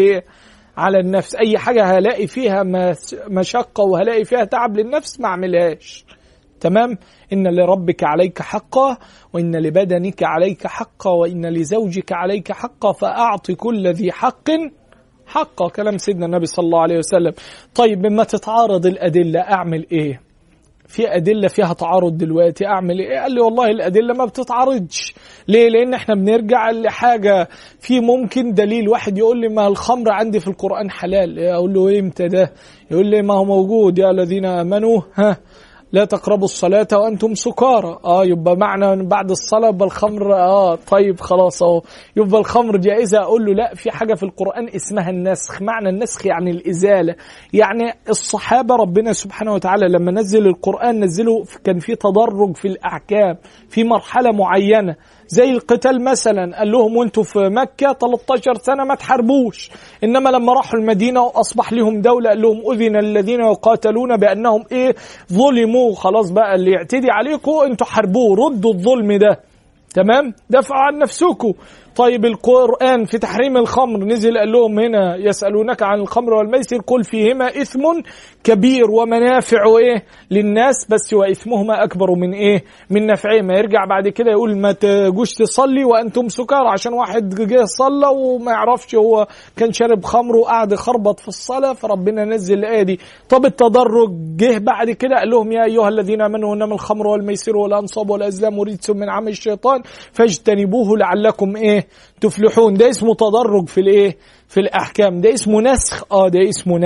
على النفس. اي حاجه هلاقي فيها مشقه وهلاقي فيها تعب للنفس ما اعملهاش. تمام. إن لربك عليك حقا، وإن لبدنك عليك حقا، وإن لزوجك عليك حقا، فأعط كل ذي حق حقا. كلام سيدنا النبي صلى الله عليه وسلم. طيب لما تتعارض الأدلة أعمل إيه؟ في أدلة فيها تعارض دلوقتي أعمل إيه؟ قال لي والله الأدلة ما بتتعارضش. ليه؟ لأن إحنا بنرجع لحاجة، في ممكن دليل واحد يقول لي ما الخمر عندي في القرآن حلال، أقول له إيه إمتى ده؟ يقول لي ما هو موجود، يا الذين آمنوا لا تقربوا الصلاة وأنتم سكارى. يبقى معنى بعد الصلاة يبقى الخمر طيب خلاص اهو يبقى الخمر جائزة. أقول له لا، في حاجة في القرآن اسمها النسخ. معنى النسخ يعني الإزالة. يعني الصحابة ربنا سبحانه وتعالى لما نزل القرآن نزله كان في تدرج في الأحكام في مرحلة معينة، زي القتال مثلا قال لهم وانتوا في مكة 13 سنة ما تحاربوش، إنما لما راحوا المدينة وأصبح لهم دولة قال لهم أذن الذين يقاتلون بأنهم ظلموا. خلاص بقى اللي يعتدي عليكم انتوا حاربوه، ردوا الظلم ده. تمام، دافعوا عن نفسكم. طيب القرآن في تحريم الخمر نزل قال لهم هنا يسألونك عن الخمر والميسر قل فيهما إثم كبير ومنافع للناس، بس وإثمهما أكبر من نفعهما. يرجع بعد كده يقول ما تجوش تصلي وأنتم سكار، عشان واحد جه صلى وما يعرفش هو كان شارب خمر وقعد يخربط في الصلاة، فربنا نزل الآية دي. طب التدرج جه بعد كده قال لهم يا أيها الذين آمنوا إنما الخمر والميسر والأنصاب والأزلام رجس من عمل الشيطان فاجتنبوه لعلكم تفلحون. ده اسمه تدرج في الأحكام. ده اسمه نسخ. ده اسمه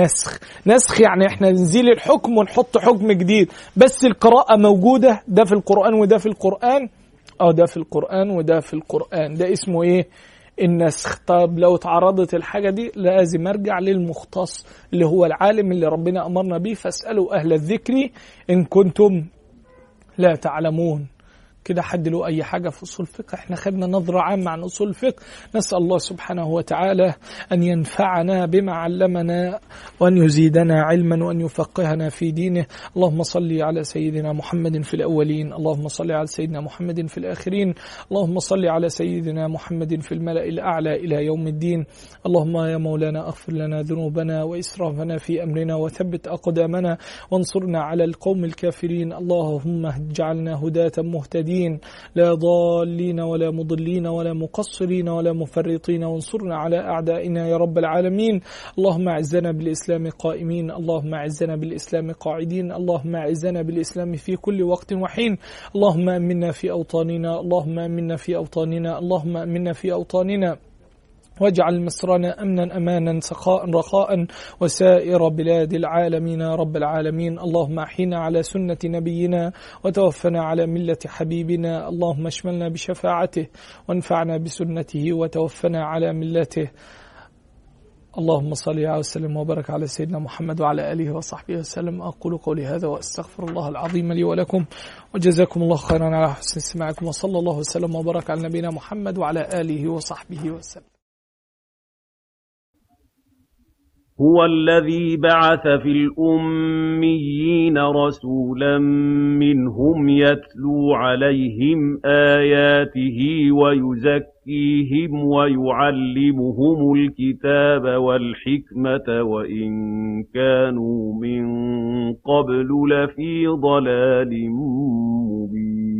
نسخ يعني احنا ننزل الحكم ونحط حكم جديد، بس القراءة موجودة. ده في القرآن وده في القرآن. ده في القرآن وده في القرآن. ده اسمه النسخ. طب لو تعرضت الحاجة دي لازم ارجع للمختص اللي هو العالم اللي ربنا أمرنا به، فاسألوا أهل الذكر إن كنتم لا تعلمون. كده حد له أي حاجة في أصول الفقه؟ احنا خدنا نظرة عامة عن أصول الفقه. نسأل الله سبحانه وتعالى أن ينفعنا بما علمنا، وأن يزيدنا علما، وأن يفقهنا في دينه. اللهم صل على سيدنا محمد في الأولين، اللهم صل على سيدنا محمد في الآخرين، اللهم صل على سيدنا محمد في الملأ الأعلى إلى يوم الدين. اللهم يا مولانا اغفر لنا ذنوبنا وإسرافنا في أمرنا، وثبت أقدامنا، وانصرنا على القوم الكافرين. اللهم اجعلنا هداة مهتدين لا ضالين ولا مضلين ولا مقصرين ولا مفرطين، وانصرنا على أعدائنا يا رب العالمين. اللهم اعزنا بالإسلام قائمين، اللهم اعزنا بالإسلام قاعدين، اللهم اعزنا بالإسلام في كل وقت وحين. اللهم أمنا في أوطاننا، اللهم أمنا في أوطاننا، اللهم أمنا في أوطاننا. واجعل مصرنا أمنا أمانا سخاء رخاء وسائر بلاد العالمين يا رب العالمين. اللهم أحينا على سنة نبينا وتوفنا على ملة حبيبنا. اللهم اشملنا بشفاعته وانفعنا بسنته وتوفنا على ملته. اللهم صل وسلم وبارك على سيدنا محمد وعلى آله وصحبه وسلم. أقول قولي هذا وأستغفر الله العظيم لي ولكم، وجزاكم الله خيرا على حسن استماعكم، وصلى الله وسلم وبارك على نبينا محمد وعلى آله وصحبه وسلم. هو الذي بعث في الأميين رسولا منهم يتلو عليهم آياته ويزكيهم ويعلمهم الكتاب والحكمة وإن كانوا من قبل لفي ضلال مبين.